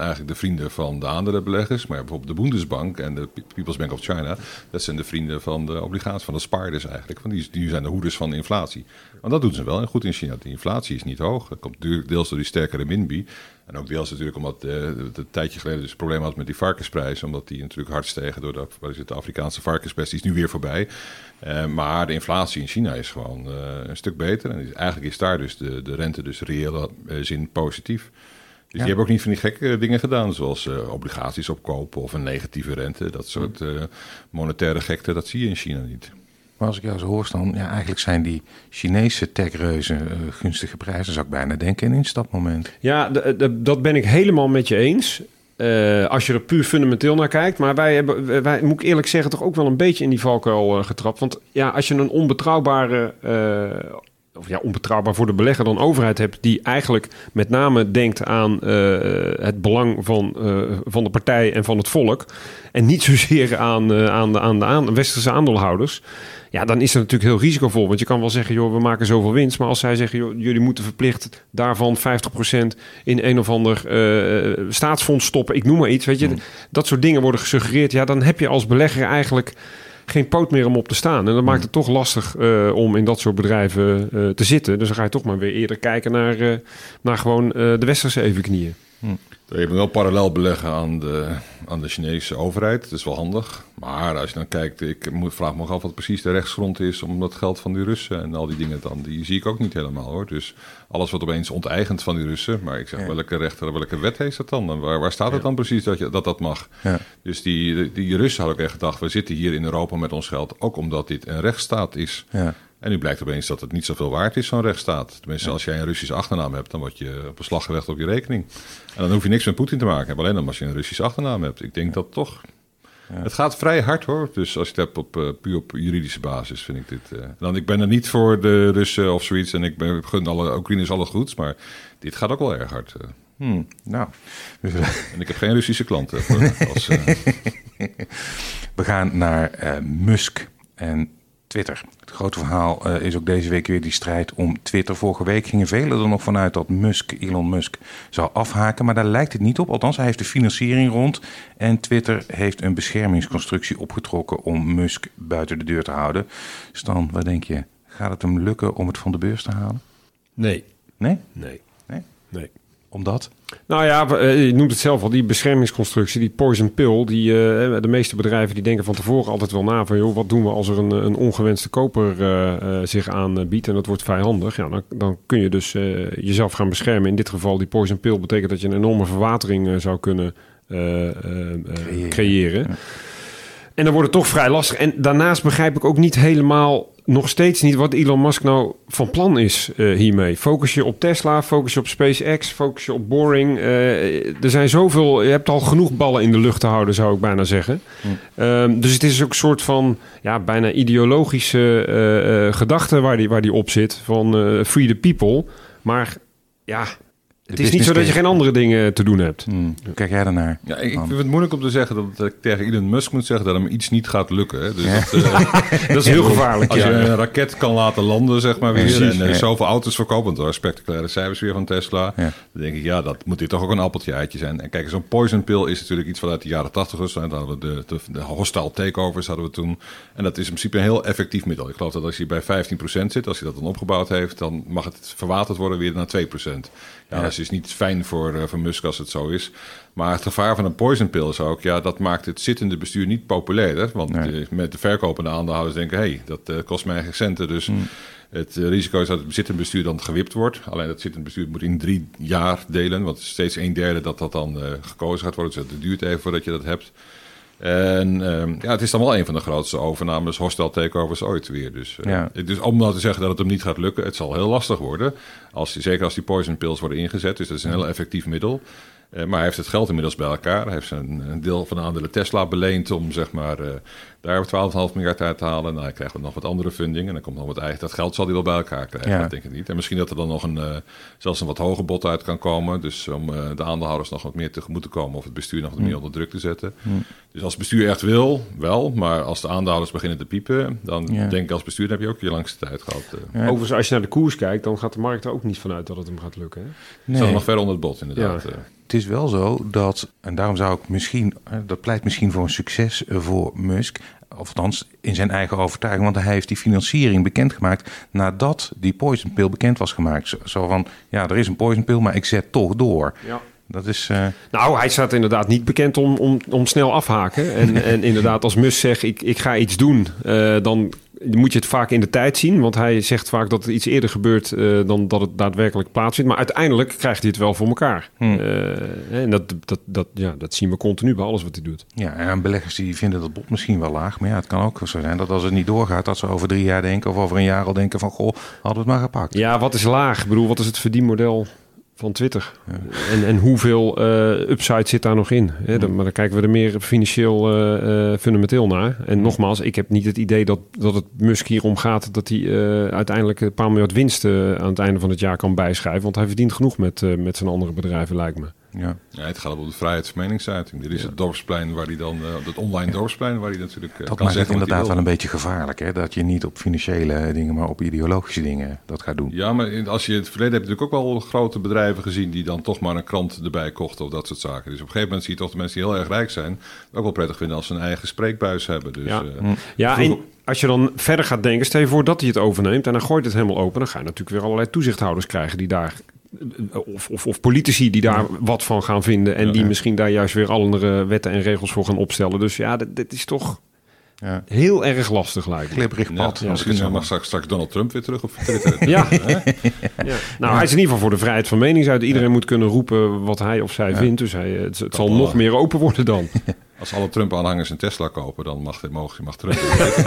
vrienden van de aandelenbeleggers. Maar bijvoorbeeld de Bundesbank en de People's Bank of China, dat zijn de vrienden van de obligaties, van de spaarders eigenlijk. Want die, die zijn de hoeders van de inflatie. Want dat doen ze wel. En goed in China, de inflatie is niet hoog. Dat komt deels door die sterkere renminbi. En ook deels natuurlijk omdat uh, het een tijdje geleden dus een probleem had met die varkensprijs. Omdat die natuurlijk hard stegen door de, wat is het, de Afrikaanse varkenspest. Die is nu weer voorbij. Uh, maar de inflatie in China is gewoon uh, een stuk beter. En eigenlijk is daar dus de, de rente dus reële uh, zin positief. Dus ja. die hebben ook niet van die gekke dingen gedaan. Zoals uh, obligaties opkopen of een negatieve rente. Dat soort uh, monetaire gekte, dat zie je in China niet. Maar als ik jou zo hoor, dan ja, eigenlijk zijn die Chinese techreuzen uh, gunstige prijzen, zou ik bijna denken, een instapmoment. Ja, de, de, dat ben ik helemaal met je eens. Uh, als je er puur fundamenteel naar kijkt. Maar wij hebben, wij, moet ik eerlijk zeggen, toch ook wel een beetje in die valkuil uh, getrapt. Want ja, als je een onbetrouwbare, uh, of ja, onbetrouwbaar voor de belegger dan overheid hebt, die eigenlijk met name denkt aan uh, het belang van, uh, van de partij en van het volk. En niet zozeer aan, uh, aan, de, aan de aan, westerse aandeelhouders. Ja, dan is het natuurlijk heel risicovol. Want je kan wel zeggen, joh, we maken zoveel winst. Maar als zij zeggen, joh, jullie moeten verplicht daarvan vijftig procent in een of ander uh, staatsfonds stoppen. Ik noem maar iets, weet je. Mm. Dat soort dingen worden gesuggereerd. Ja, dan heb je als belegger eigenlijk geen poot meer om op te staan. En dat maakt het toch lastig uh, om in dat soort bedrijven uh, te zitten. Dus dan ga je toch maar weer eerder kijken naar, uh, naar gewoon uh, de westerse evenknieën. Hmm. Je moet wel parallel beleggen aan de, aan de Chinese overheid. Dat is wel handig. Maar als je dan kijkt, ik moet, vraag me af wat precies de rechtsgrond is om dat geld van die Russen en al die dingen dan, die zie ik ook niet helemaal hoor. Dus alles wordt opeens onteigend van die Russen. Maar ik zeg, ja. welke rechter, welke wet heeft dat dan? En waar, waar staat het ja. dan precies dat je, dat, dat mag? Ja. Dus die, die, die Russen hadden ook echt gedacht, we zitten hier in Europa met ons geld, ook omdat dit een rechtsstaat is. Ja. En nu blijkt opeens dat het niet zoveel waard is, zo'n rechtsstaat. Tenminste, ja. als jij een Russische achternaam hebt, dan word je op beslag gelegd op je rekening. En dan hoef je niks met Poetin te maken hebben, alleen dan als je een Russische achternaam hebt. Ik denk ja. dat toch. Ja. Het gaat vrij hard hoor. Dus als je het hebt op, uh, puur op juridische basis, vind ik dit. Uh, dan, ik ben er niet voor de Russen of zoiets. En ik ben, gun alle Oekraïners alle goeds. Maar dit gaat ook wel erg hard. Uh. Hmm, nou. En ik heb geen Russische klanten. Als, uh... We gaan naar uh, Musk en Twitter. Het grote verhaal uh, is ook deze week weer die strijd om Twitter. Vorige week gingen velen er nog vanuit dat Musk, Elon Musk, zou afhaken. Maar daar lijkt het niet op. Althans, hij heeft de financiering rond. En Twitter heeft een beschermingsconstructie opgetrokken om Musk buiten de deur te houden. Stan, wat denk je? Gaat het hem lukken om het van de beurs te halen? Nee. Nee? Nee. Nee? Nee. Omdat? Nou ja, je noemt het zelf al, die beschermingsconstructie, die poison pill. Die, uh, de meeste bedrijven die denken van tevoren altijd wel na van, joh, wat doen we als er een, een ongewenste koper uh, uh, zich aanbiedt en dat wordt vijandig. Ja, dan, dan kun je dus uh, jezelf gaan beschermen. In dit geval, die poison pill betekent dat je een enorme verwatering uh, zou kunnen uh, uh, uh, creëren. creëren. Ja. En dan wordt het toch vrij lastig. En daarnaast begrijp ik ook niet helemaal, nog steeds niet, wat Elon Musk nou van plan is uh, hiermee. Focus je op Tesla, focus je op SpaceX, focus je op Boring. Uh, er zijn zoveel, je hebt al genoeg ballen in de lucht te houden, zou ik bijna zeggen. Hm. Um, dus het is ook een soort van, ja, bijna ideologische uh, uh, gedachte waar die, waar die op zit. Van uh, free the people. Maar ja, het is niet zo dat je geen andere dingen te doen hebt. Hmm. Kijk jij daarnaar? Ja, ik vind het moeilijk om te zeggen dat ik tegen Elon Musk moet zeggen dat hem iets niet gaat lukken. Hè. Dus ja. dat, uh, dat is heel gevaarlijk. Als je ja. een raket kan laten landen, zeg maar, weer, Precies, en uh, ja. zoveel auto's verkopen, want er zijn spectaculaire cijfers weer van Tesla. Ja. Dan denk ik, ja, dat moet dit toch ook een appeltje eitje zijn. En kijk, zo'n poison pill is natuurlijk iets vanuit de jaren tachtig. Dus dan hadden we de, de, de hostile takeovers hadden we toen. En dat is in principe een heel effectief middel. Ik geloof dat als je bij vijftien procent zit, als hij dat dan opgebouwd heeft, dan mag het verwaterd worden weer naar twee procent. Ja, ja. Dat is niet fijn voor, uh, voor Musk als het zo is. Maar het gevaar van een poison pill is ook, ja, dat maakt het zittende bestuur niet populairder. Want nee. de, met de verkopende aandeelhouders denken, hé, hey, dat uh, kost mij geen centen. Dus mm. het uh, risico is dat het zittende bestuur dan gewipt wordt. Alleen dat zittende bestuur moet in drie jaar delen. Want steeds een derde dat dat dan uh, gekozen gaat worden. Dus het duurt even voordat je dat hebt. En uh, ja, het is dan wel een van de grootste overnames, hostile takeovers ooit weer. Dus, uh, ja. dus om nou te zeggen dat het hem niet gaat lukken, het zal heel lastig worden. Als, zeker als die poison pills worden ingezet. Dus dat is een heel effectief middel. Uh, maar hij heeft het geld inmiddels bij elkaar. Hij heeft een, een deel van de aandelen Tesla beleend om zeg maar uh, daar twaalf komma vijf miljard uit te halen. Nou, dan krijgen we nog wat andere funding. En dan komt nog wat eigen. Dat geld zal hij wel bij elkaar krijgen, Ja. dat denk ik niet. En misschien dat er dan nog een, uh, zelfs een wat hoger bod uit kan komen. Dus om uh, de aandeelhouders nog wat meer tegemoet te komen. Of het bestuur nog wat meer onder druk te zetten. Mm. Dus als het bestuur echt wil, wel. Maar als de aandeelhouders beginnen te piepen, dan Ja. denk ik als bestuur, dan heb je ook je langste tijd gehad. Uh. Ja. Overigens, als je naar de koers kijkt, dan gaat de markt er ook niet vanuit dat het hem gaat lukken. Hè? Nee. Staat nog ver onder het bod, inderdaad. Ja. Uh. Het is wel zo dat, en daarom zou ik misschien, dat pleit misschien voor een succes voor Musk, of althans in zijn eigen overtuiging, want hij heeft die financiering bekendgemaakt nadat die poison pill bekend was gemaakt. Zo, zo van, ja, er is een poison pill, maar ik zet toch door. Ja. Dat is... Uh... Nou, hij staat inderdaad niet bekend om, om, om snel afhaken. En, en inderdaad, als Musk zegt, ik, ik ga iets doen, uh, dan moet je het vaak in de tijd zien. Want hij zegt vaak dat het iets eerder gebeurt uh, dan dat het daadwerkelijk plaatsvindt. Maar uiteindelijk krijgt hij het wel voor elkaar. Hmm. Uh, en dat, dat, dat, ja, dat zien we continu bij alles wat hij doet. Ja, en beleggers die vinden dat bod misschien wel laag. Maar ja, het kan ook zo zijn dat als het niet doorgaat, dat ze over drie jaar denken of over een jaar al denken van, goh, hadden we het maar gepakt. Ja, wat is laag? Ik bedoel, wat is het verdienmodel van Twitter? Ja. En, en hoeveel uh, upside zit daar nog in? Hè? Dan, maar dan kijken we er meer financieel uh, uh, fundamenteel naar. En nogmaals, ik heb niet het idee dat, dat het Musk hierom gaat dat hij uh, uiteindelijk een paar miljard winst uh, aan het einde van het jaar kan bijschrijven. Want hij verdient genoeg met, uh, met zijn andere bedrijven, lijkt me. Ja. Ja, het gaat om de vrijheid van meningsuiting. Dit is ja. het dorpsplein waar hij dan, uh, het online dorpsplein waar hij natuurlijk uh, dat kan maakt zeggen het inderdaad wat wel een beetje gevaarlijk, hè? Dat je niet op financiële dingen, maar op ideologische dingen dat gaat doen. Ja, maar als je in het verleden hebt natuurlijk ook wel grote bedrijven gezien die dan toch maar een krant erbij kochten of dat soort zaken. Dus op een gegeven moment zie je toch de mensen die heel erg rijk zijn ook wel prettig vinden als ze een eigen spreekbuis hebben. Dus, ja, uh, ja en als je dan verder gaat denken, stel je voor dat hij het overneemt en dan gooit het helemaal open, dan ga je natuurlijk weer allerlei toezichthouders krijgen die daar Of, of, of politici die daar ja. wat van gaan vinden en ja, die ja. misschien daar juist weer andere wetten en regels voor gaan opstellen. Dus ja, dit, dit is toch ja. heel erg lastig lijkt. Glibberig pad. Ja, ja, misschien ja, mag straks, straks Donald Trump weer terug op Twitter. ja. ja. Nou, hij is in ieder geval voor de vrijheid van meningsuiting. Iedereen ja. moet kunnen roepen wat hij of zij ja. vindt. Dus hij, het, het zal wel. nog meer open worden dan. Als alle Trump-aanhangers een Tesla kopen, dan mag, mag, mag Trump.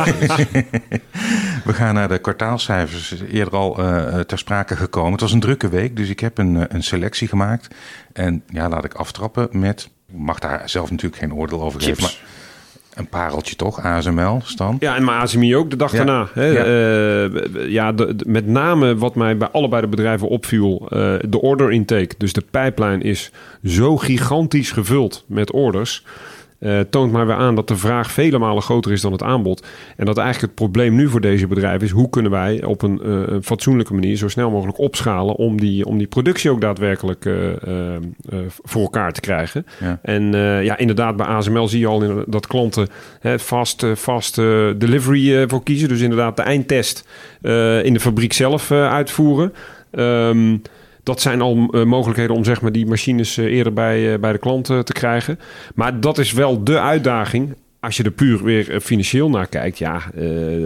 We gaan naar de kwartaalcijfers. Eerder al uh, ter sprake gekomen. Het was een drukke week, dus ik heb een, een selectie gemaakt. En ja, laat ik aftrappen met... Ik mag daar zelf natuurlijk geen oordeel over Chips. geven, maar... Een pareltje toch, A S M L, Stan? Ja, en maar A S M I ook de dag ja. daarna. Hè? Ja, uh, ja de, de, met name wat mij bij allebei de bedrijven opviel... Uh, de order intake, dus de pijplijn is zo gigantisch gevuld met orders... Uh, toont maar weer aan dat de vraag vele malen groter is dan het aanbod. En dat eigenlijk het probleem nu voor deze bedrijven is... hoe kunnen wij op een, uh, een fatsoenlijke manier zo snel mogelijk opschalen... om die, om die productie ook daadwerkelijk uh, uh, uh, voor elkaar te krijgen. Ja. En uh, ja, inderdaad, bij A S M L zie je al in, dat klanten hè, fast, uh, fast uh, delivery uh, voor kiezen. Dus inderdaad de eindtest uh, in de fabriek zelf uh, uitvoeren... Um, Dat zijn al uh, mogelijkheden om zeg maar, die machines uh, eerder bij, uh, bij de klant uh, te krijgen. Maar dat is wel de uitdaging. Als je er puur weer uh, financieel naar kijkt. Ja, uh,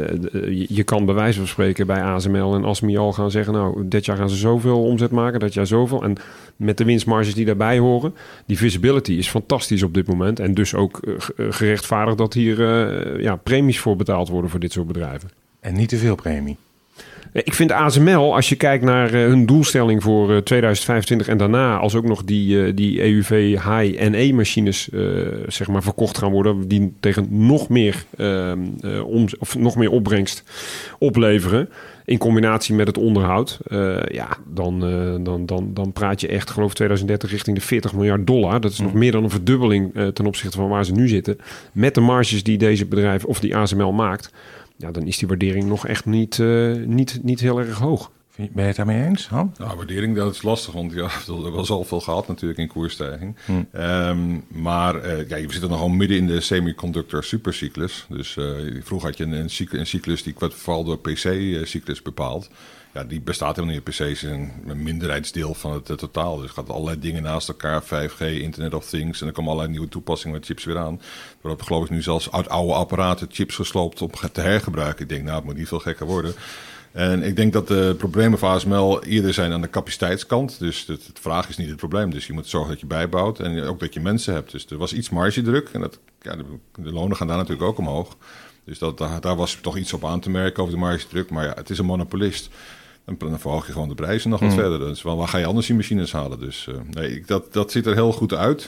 je, je kan bij wijze van spreken bij A S M L en A S M I al gaan zeggen... nou, dit jaar gaan ze zoveel omzet maken, dat jaar zoveel. En met de winstmarges die daarbij horen... die visibility is fantastisch op dit moment. En dus ook uh, gerechtvaardigd dat hier uh, ja, premies voor betaald worden voor dit soort bedrijven. En niet te veel premie. Ik vind A S M L, als je kijkt naar uh, hun doelstelling voor uh, tweeduizend vijfentwintig en daarna... als ook nog die, uh, die E U V High N E-machines uh, zeg maar verkocht gaan worden... die tegen nog meer, uh, uh, om, of nog meer opbrengst opleveren... in combinatie met het onderhoud... Uh, ja, dan, uh, dan, dan, dan praat je echt, geloof ik, tweeduizend dertig richting de veertig miljard dollar. Dat is mm. nog meer dan een verdubbeling uh, ten opzichte van waar ze nu zitten. Met de marges die deze bedrijf of die A S M L maakt... Ja, dan is die waardering nog echt niet, uh, niet, niet heel erg hoog. Ben je het daarmee eens, Han? Nou, waardering, dat is lastig, want ja, er was al veel gehad natuurlijk in koersstijging. Hmm. Um, maar uh, ja, je zit er nog gewoon midden in de semiconductor supercyclus. Dus uh, vroeger had je een, een, cyclus, een cyclus die vooral door P C-cyclus bepaald. Ja, die bestaat helemaal niet. P C is een, een minderheidsdeel van het, het totaal. Dus het gaat allerlei dingen naast elkaar, vijf G, Internet of Things. En dan komen allerlei nieuwe toepassingen met chips weer aan. Waarop geloof ik nu zelfs uit oude apparaten chips gesloopt om te hergebruiken. Ik denk, nou, het moet niet veel gekker worden. En ik denk dat de problemen van A S M L eerder zijn aan de capaciteitskant. Dus de, de vraag is niet het probleem. Dus je moet zorgen dat je bijbouwt en ook dat je mensen hebt. Dus er was iets margedruk. En dat, ja, de, de lonen gaan daar natuurlijk ook omhoog. Dus dat, daar, daar was toch iets op aan te merken over de margedruk. Maar ja, het is een monopolist. Dan verhoog je gewoon de prijzen nog wat mm. verder. Dus waar ga je anders die machines halen? Dus uh, nee, dat, dat ziet er heel goed uit.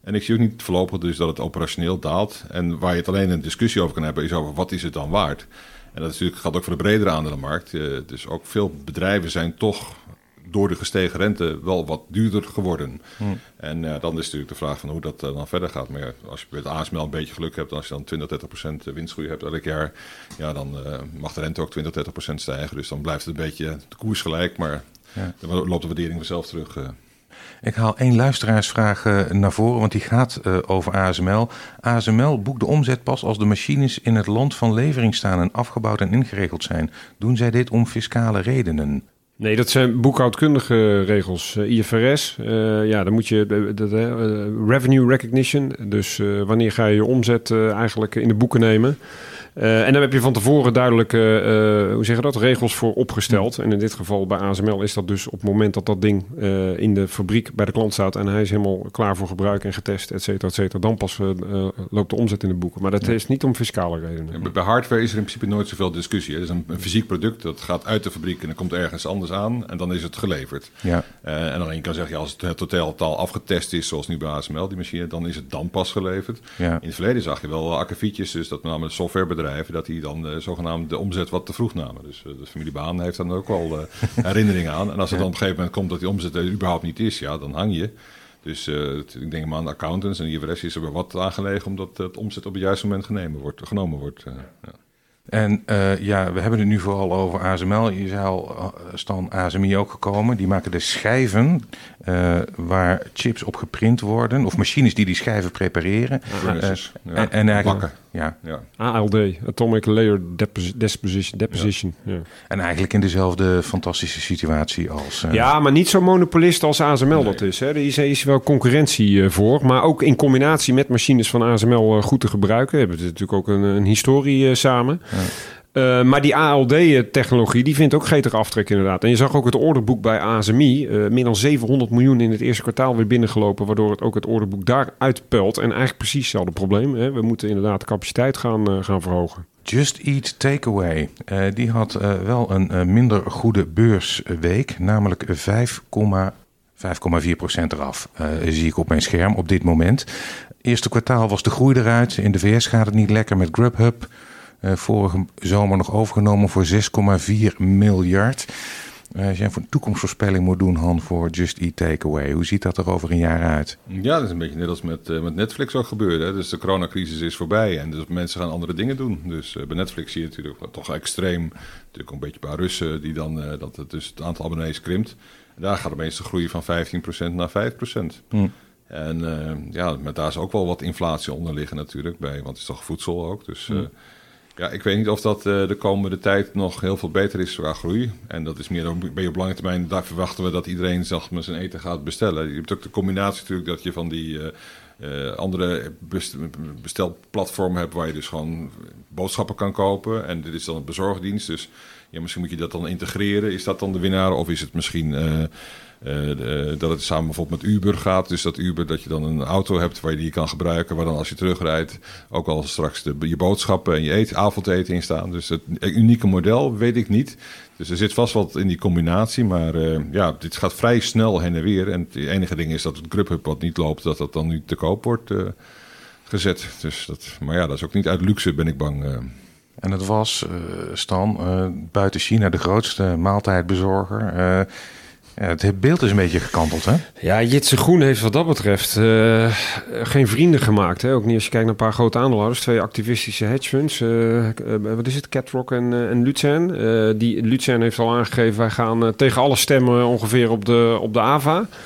En ik zie ook niet voorlopig dus dat het operationeel daalt. En waar je het alleen een discussie over kan hebben, is over wat is het dan waard? En dat is natuurlijk, gaat ook voor de bredere aandelenmarkt. Uh, dus ook veel bedrijven zijn toch door de gestegen rente wel wat duurder geworden. Hmm. En uh, dan is natuurlijk de vraag van hoe dat uh, dan verder gaat. Maar ja, als je met A S M L een beetje geluk hebt, als je dan twintig, dertig procent winstgroei hebt elk jaar, ja, dan uh, mag de rente ook twintig, dertig procent stijgen. Dus dan blijft het een beetje de koers gelijk, maar ja. Dan loopt de waardering vanzelf terug. Uh. Ik haal één luisteraarsvraag uh, naar voren, want die gaat uh, over A S M L. A S M L boekt de omzet pas als de machines in het land van levering staan en afgebouwd en ingeregeld zijn. Doen zij dit om fiscale redenen? Nee, dat zijn boekhoudkundige regels. Uh, I F R S, uh, ja, dan moet je uh, uh, revenue recognition. Dus uh, wanneer ga je je omzet uh, eigenlijk in de boeken nemen? Uh, en dan heb je van tevoren duidelijke, uh, hoe zeg je dat, regels voor opgesteld. En in dit geval bij A S M L is dat dus op het moment dat dat ding uh, in de fabriek bij de klant staat en hij is helemaal klaar voor gebruik en getest, et cetera, et cetera, dan pas uh, loopt de omzet in de boeken. Maar dat ja. is niet om fiscale redenen. Ja, bij hardware is er in principe nooit zoveel discussie. Het is een, een fysiek product, dat gaat uit de fabriek en dan komt ergens anders aan en dan is het geleverd. Ja. Uh, en dan je kan zeggen, ja, als het totaal afgetest is, zoals nu bij A S M L, die machine, dan is het dan pas geleverd. Ja. In het verleden zag je wel akkefietjes, dus dat met name softwarebedrijven, dat die dan uh, zogenaamd de omzet wat te vroeg namen. Dus uh, de familie Baan heeft dan ook wel uh, herinneringen aan. En als het dan op een gegeven moment komt dat die omzet er überhaupt niet is, ja, dan hang je. Dus uh, ik denk maar aan de accountants en de I F R S is er wel wat aangelegen omdat het omzet op het juiste moment genomen wordt. Genomen wordt uh, ja. En uh, ja, we hebben het nu vooral over A S M L. Je zei al, uh, Stan, A S M I ook gekomen. Die maken de schijven uh, waar chips op geprint worden. Of machines die die schijven prepareren. Ja, uh, ja. En, en eigenlijk, bakken. Ja. Ja. A L D, Atomic Layer Depos- Deposition. deposition. Ja. Ja. En eigenlijk in dezelfde fantastische situatie als... Uh... Ja, maar niet zo monopolist als A S M L nee. dat is. Hè. Er is, is wel concurrentie uh, voor. Maar ook in combinatie met machines van A S M L uh, goed te gebruiken. Hebben we natuurlijk ook een, een historie uh, samen. Ja. Uh, maar die A L D-technologie, die vindt ook gretig aftrek inderdaad. En je zag ook het orderboek bij A S M I. Uh, meer dan zevenhonderd miljoen in het eerste kwartaal weer binnengelopen, waardoor het ook het orderboek daar uitpelt. En eigenlijk precies hetzelfde probleem. Hè. We moeten inderdaad de capaciteit gaan, uh, gaan verhogen. Just Eat Takeaway, uh, die had uh, wel een uh, minder goede beursweek. Namelijk vijf komma vier procent eraf, uh, zie ik op mijn scherm op dit moment. Eerste kwartaal was de groei eruit. In de V S gaat het niet lekker met Grubhub. Uh, vorige zomer nog overgenomen voor zes komma vier miljard. Uh, als jij een toekomstvoorspelling moet doen, Han, voor Just Eat Takeaway, hoe ziet dat er over een jaar uit? Ja, dat is een beetje net als met, uh, met Netflix ook gebeurde. Hè? Dus de coronacrisis is voorbij en dus mensen gaan andere dingen doen. Dus uh, bij Netflix zie je natuurlijk toch extreem, natuurlijk ook een beetje bij Russen, die dan, uh, dat het, dus het aantal abonnees krimpt. En daar gaat opeens de groei van vijftien procent naar vijf procent. Hm. En uh, ja, met daar is ook wel wat inflatie onder liggen natuurlijk bij, want het is toch voedsel ook. Dus... Uh, hm. Ja, ik weet niet of dat uh, de komende tijd nog heel veel beter is qua groei. En dat is meer dan ben je op lange termijn, daar verwachten we dat iedereen zelf met zijn eten gaat bestellen. Je hebt ook de combinatie natuurlijk dat je van die uh, uh, andere bestelplatformen hebt waar je dus gewoon boodschappen kan kopen. En dit is dan een bezorgdienst, dus ja, misschien moet je dat dan integreren. Is dat dan de winnaar of is het misschien... Uh, Uh, de, dat het samen bijvoorbeeld met Uber gaat. Dus dat Uber, dat je dan een auto hebt waar je die kan gebruiken. Waar dan als je terugrijdt ook al straks de, je boodschappen en je eet, avondeten in staan. Dus het unieke model weet ik niet. Dus er zit vast wat in die combinatie. Maar uh, ja, dit gaat vrij snel heen en weer. En het enige ding is dat het Grubhub wat niet loopt, dat dat dan nu te koop wordt uh, gezet. Dus dat, maar ja, dat is ook niet uit luxe, ben ik bang. Uh. En het was, uh, Stan, uh, buiten China de grootste maaltijdbezorger. Uh, Ja, het beeld is een beetje gekanteld, hè? Ja, Jitse Groen heeft wat dat betreft uh, geen vrienden gemaakt. Hè? Ook niet als je kijkt naar een paar grote aandeelhouders. Twee activistische hedge funds. Uh, uh, wat is het? Catrock en, uh, en Luzern. Uh, die, Luzern heeft al aangegeven, wij gaan uh, tegen alle stemmen ongeveer op de, op de A V A.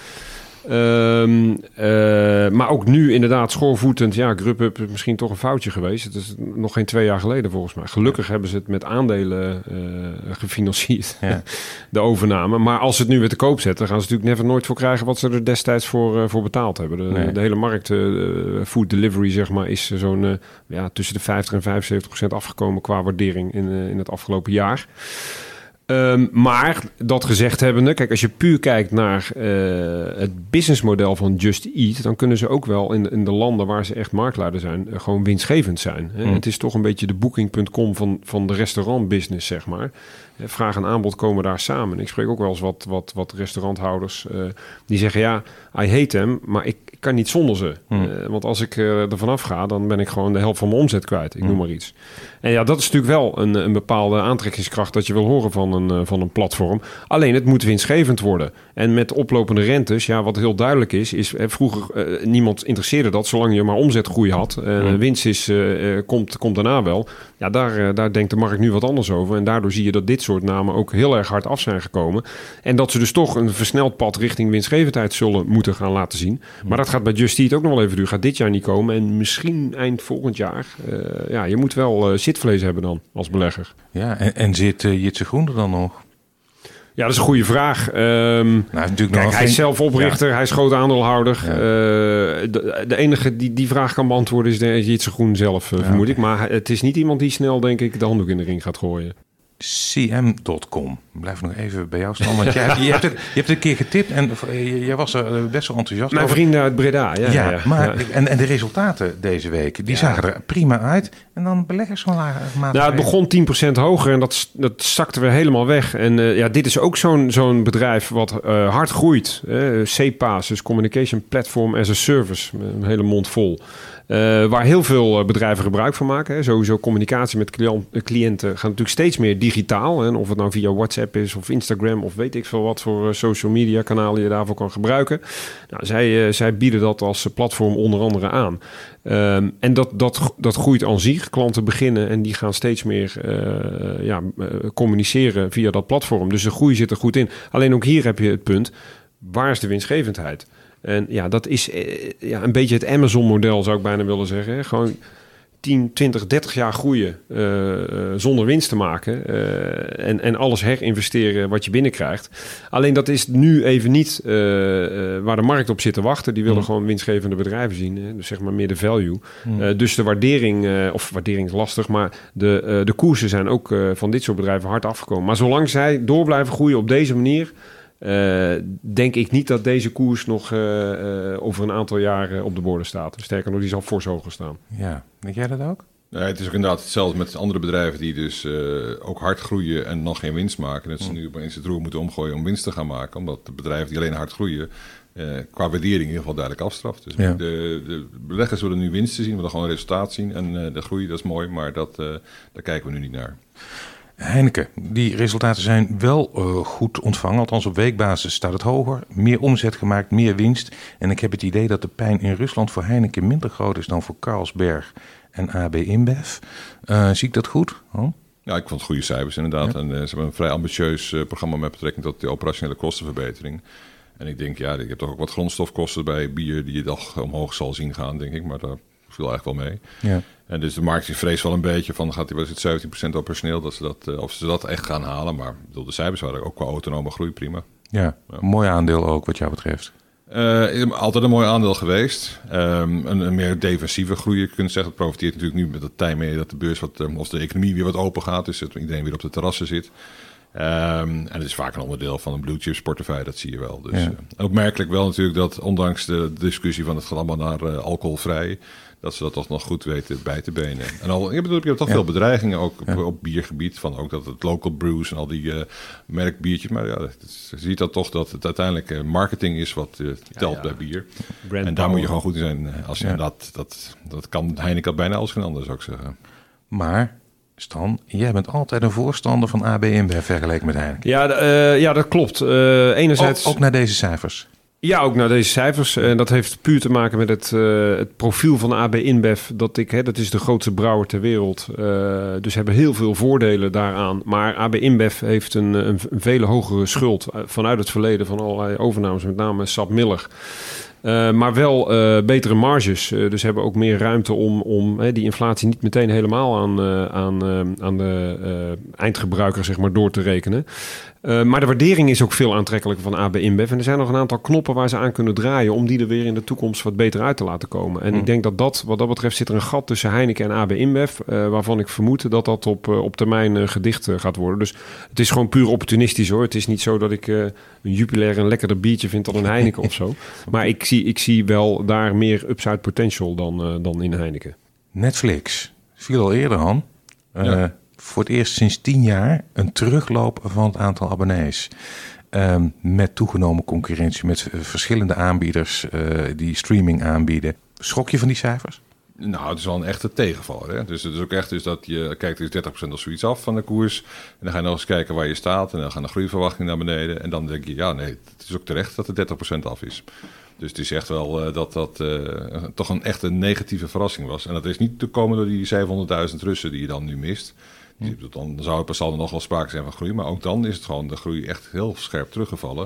Um, uh, maar ook nu inderdaad schoorvoetend. Ja, Grubhub is misschien toch een foutje geweest. Het is nog geen twee jaar geleden volgens mij. Gelukkig ja. hebben ze het met aandelen uh, gefinancierd. Ja. De overname. Maar als ze het nu weer te koop zetten, gaan ze natuurlijk never nooit voor krijgen wat ze er destijds voor, uh, voor betaald hebben. De, nee. de hele markt, uh, food delivery zeg maar, is zo'n uh, ja, tussen de vijftig en vijfenzeventig procent afgekomen qua waardering in, uh, in het afgelopen jaar. Um, maar dat gezegd hebbende, kijk, als je puur kijkt naar uh, het businessmodel van Just Eat, dan kunnen ze ook wel in, in de landen waar ze echt marktleider zijn, uh, gewoon winstgevend zijn. Mm. Het is toch een beetje de booking punt com van, van de restaurantbusiness, zeg maar. Vraag en aanbod komen daar samen. Ik spreek ook wel eens wat, wat, wat restauranthouders uh, die zeggen, ja, I hate them, maar ik kan niet zonder ze. Hmm. Uh, want als ik uh, er vanaf ga, dan ben ik gewoon de helft van mijn omzet kwijt. Ik hmm. noem maar iets. En ja, dat is natuurlijk wel een, een bepaalde aantrekkingskracht dat je wil horen van een, uh, van een platform. Alleen het moet winstgevend worden. En met oplopende rentes, ja, wat heel duidelijk is, is uh, vroeger uh, niemand interesseerde dat, zolang je maar omzetgroei had. Uh, hmm. Winst is, uh, uh, komt, komt daarna wel. Ja, daar, uh, daar denkt de markt nu wat anders over. En daardoor zie je dat dit soort namen ook heel erg hard af zijn gekomen. En dat ze dus toch een versneld pad richting winstgevendheid zullen moeten gaan laten zien. Maar dat gaat bij Just Eat ook nog wel even duur. Gaat dit jaar niet komen. En misschien eind volgend jaar. Uh, ja, je moet wel uh, zitvlees hebben dan als belegger. Ja, en, en zit uh, Jitse Groen er dan nog? Ja, dat is een goede vraag. Um, nou, natuurlijk kijk, nog hij is zelf oprichter, ja. Hij is groot aandeelhouder. Ja. Uh, de, de enige die die vraag kan beantwoorden is de Jitse Groen zelf, uh, ja, vermoed okay. ik. Maar het is niet iemand die snel, denk ik, de handdoek in de ring gaat gooien. C M punt com. Blijf nog even bij jou staan, want jij hebt, je, hebt het, je hebt het een keer getipt en jij was er best wel enthousiast Mijn over. vrienden uit Breda, ja. Ja, ja, maar, ja. En, en de resultaten deze week, die ja. zagen er prima uit. En dan beleggers van lage maat. Nou, het begon tien procent hoger en dat, dat zakte weer helemaal weg. En uh, ja, dit is ook zo'n, zo'n bedrijf wat uh, hard groeit. Uh, C P A S, dus Communication Platform as a Service. Een hele mond vol. Uh, waar heel veel bedrijven gebruik van maken. Hè. Sowieso communicatie met cliënten gaat natuurlijk steeds meer digitaal. Hè. Of het nou via WhatsApp is of Instagram of weet ik veel wat voor social media kanalen je daarvoor kan gebruiken. Nou, zij, uh, zij bieden dat als platform onder andere aan. Um, en dat, dat, dat groeit aan zich. Klanten beginnen en die gaan steeds meer uh, ja, uh, communiceren via dat platform. Dus de groei zit er goed in. Alleen ook hier heb je het punt, waar is de winstgevendheid? En ja, dat is ja, een beetje het Amazon-model, zou ik bijna willen zeggen. Hè? Gewoon tien, twintig, dertig jaar groeien uh, uh, zonder winst te maken. Uh, en, en alles herinvesteren wat je binnenkrijgt. Alleen dat is nu even niet uh, uh, waar de markt op zit te wachten. Die willen mm. gewoon winstgevende bedrijven zien. Hè? Dus zeg maar meer de value. Mm. Uh, dus de waardering, uh, of waardering is lastig, maar de, uh, de koersen zijn ook uh, van dit soort bedrijven hard afgekomen. Maar zolang zij door blijven groeien op deze manier, Uh, denk ik niet dat deze koers nog uh, uh, over een aantal jaren op de borden staat. Sterker nog, die zal fors hoger staan. Ja, denk jij dat ook? Nee, het is ook inderdaad hetzelfde met andere bedrijven die dus uh, ook hard groeien en nog geen winst maken. Dat ze nu opeens het roer moeten omgooien om winst te gaan maken. Omdat de bedrijven die alleen hard groeien, uh, qua waardering in ieder geval duidelijk afstraft. Dus ja. de, de beleggers willen nu winsten zien, willen gewoon een resultaat zien. En uh, de groei, dat is mooi, maar dat, uh, daar kijken we nu niet naar. Heineken, die resultaten zijn wel uh, goed ontvangen. Althans op weekbasis staat het hoger. Meer omzet gemaakt, meer winst. En ik heb het idee dat de pijn in Rusland voor Heineken minder groot is dan voor Carlsberg en A B InBev. Uh, zie ik dat goed? Oh? Ja, ik vond het goede cijfers inderdaad. Ja. En uh, ze hebben een vrij ambitieus uh, programma met betrekking tot de operationele kostenverbetering. En ik denk, ja, je hebt toch ook wat grondstofkosten bij bier die je toch omhoog zal zien gaan, denk ik. Maar daar viel eigenlijk wel mee. Ja. En dus de markt vreest wel een beetje van, gaat die wel eens het zeventien procent operationeel, dat ze dat, uh, of ze dat echt gaan halen. Maar bedoel, de cijfers waren ook qua autonome groei prima. Ja, ja. Een mooi aandeel ook wat jou betreft. Uh, altijd een mooi aandeel geweest. Um, een, een meer defensieve groei, je kunt zeggen. Het profiteert natuurlijk nu met de tijd mee dat de beurs wat, um, of de economie weer wat open gaat. Dus dat iedereen weer op de terrassen zit. Um, en het is vaak een onderdeel van een blue chips portefeuille, dat zie je wel. Dus, ja. uh, opmerkelijk wel natuurlijk dat ondanks de discussie van het gaat allemaal naar uh, alcoholvrij, dat ze dat toch nog goed weten bij te benen. En al, ik bedoel, je hebt toch ja. veel bedreigingen ook op, ja. op biergebied. Van ook dat het local brews en al die uh, merkbiertjes. Maar ja, het, je ziet dat toch dat het uiteindelijk uh, marketing is wat uh, telt ja, ja. bij bier. Brand en daar power. Moet je gewoon goed in zijn. Als je ja. dat, dat, dat kan Heineken bijna als geen ander, zou ik zeggen. Maar Stan, jij bent altijd een voorstander van A B InBev vergeleken met Heineken. Ja, uh, ja dat klopt. Uh, enerzijds ook, ook naar deze cijfers. Ja, ook naar deze cijfers. En dat heeft puur te maken met het, uh, het profiel van A B InBev. Dat, ik, hè, dat is de grootste brouwer ter wereld. Uh, dus hebben heel veel voordelen daaraan. Maar A B InBev heeft een, een, een vele hogere schuld vanuit het verleden van allerlei overnames. Met name SAP-Miller. Uh, maar wel uh, betere marges. Uh, dus hebben ook meer ruimte om, om hè, die inflatie niet meteen helemaal aan, uh, aan, uh, aan de uh, eindgebruiker zeg maar, door te rekenen. Uh, maar de waardering is ook veel aantrekkelijker van A B InBev. En er zijn nog een aantal knoppen waar ze aan kunnen draaien om die er weer in de toekomst wat beter uit te laten komen. En mm. ik denk dat dat, wat dat betreft, zit er een gat tussen Heineken en A B InBev. Uh, waarvan ik vermoed dat dat op, uh, op termijn uh, gedicht uh, gaat worden. Dus het is gewoon puur opportunistisch hoor. Het is niet zo dat ik uh, een Jupiler een lekkerder biertje vind dan een Heineken of zo. Maar ik zie, ik zie wel daar meer upside potential dan, uh, dan in Heineken. Netflix viel al eerder aan. Uh, ja. Voor het eerst sinds tien jaar een terugloop van het aantal abonnees. Um, met toegenomen concurrentie, met uh, verschillende aanbieders uh, die streaming aanbieden. Schrok je van die cijfers? Nou, het is wel een echte tegenvaller. Hè? Dus het is ook echt dus dat je kijkt dus dertig procent of zoiets af van de koers. En dan ga je nog eens kijken waar je staat. En dan gaan de groeiverwachtingen naar beneden. En dan denk je, ja nee, het is ook terecht dat het dertig procent af is. Dus het is echt wel uh, dat dat uh, toch een echt een negatieve verrassing was. En dat is niet te komen door die zevenhonderdduizend Russen die je dan nu mist. Die, dan zou er pas al nog wel sprake zijn van groei. Maar ook dan is het gewoon de groei echt heel scherp teruggevallen.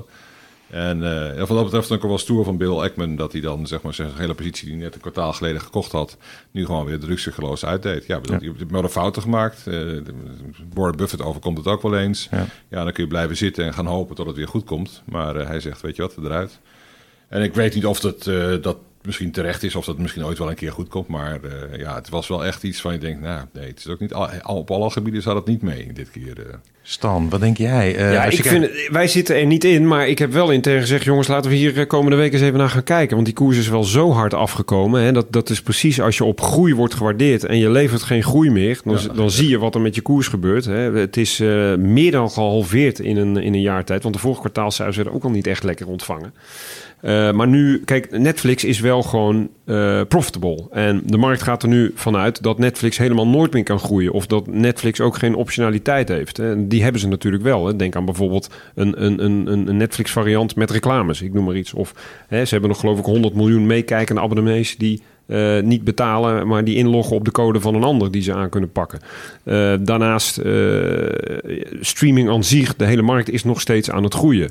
En uh, wat dat betreft ook wel stoer van Bill Ackman... dat hij dan zeg maar zijn hele positie die hij net een kwartaal geleden gekocht had... nu gewoon weer drukzichtloos uitdeed. Ja, bedoel, ja. Je hebt wel fouten gemaakt. Uh, Warren Buffett overkomt het ook wel eens. Ja. ja, dan kun je blijven zitten en gaan hopen tot het weer goed komt. Maar uh, hij zegt, weet je wat, eruit. En ik weet niet of dat, uh, dat misschien terecht is... of dat misschien ooit wel een keer goed komt. Maar uh, ja, het was wel echt iets van je denkt... nou, nee, het is ook niet al, op alle gebieden zat het niet mee dit keer... Uh. Stan, wat denk jij? Uh, ja, ik je vind, kijkt... wij zitten er niet in, maar ik heb wel intern gezegd... jongens, laten we hier komende week eens even naar gaan kijken. Want die koers is wel zo hard afgekomen. Hè? Dat, dat is precies als je op groei wordt gewaardeerd... en je levert geen groei meer... dan, ja, dan ja. zie je wat er met je koers gebeurt. Hè? Het is uh, meer dan gehalveerd in een, in een jaar tijd. Want de vorige kwartaalcijfers werden ook al niet echt lekker ontvangen. Uh, maar nu, kijk, Netflix is wel gewoon uh, profitable. En de markt gaat er nu vanuit dat Netflix helemaal nooit meer kan groeien. Of dat Netflix ook geen optionaliteit heeft. En die hebben ze natuurlijk wel. Hè. Denk aan bijvoorbeeld een, een, een, een Netflix variant met reclames. Ik noem maar iets. Of hè, ze hebben nog geloof ik honderd miljoen meekijkende abonnees die uh, niet betalen, maar die inloggen op de code van een ander die ze aan kunnen pakken. Uh, daarnaast uh, streaming aan zich, de hele markt is nog steeds aan het groeien.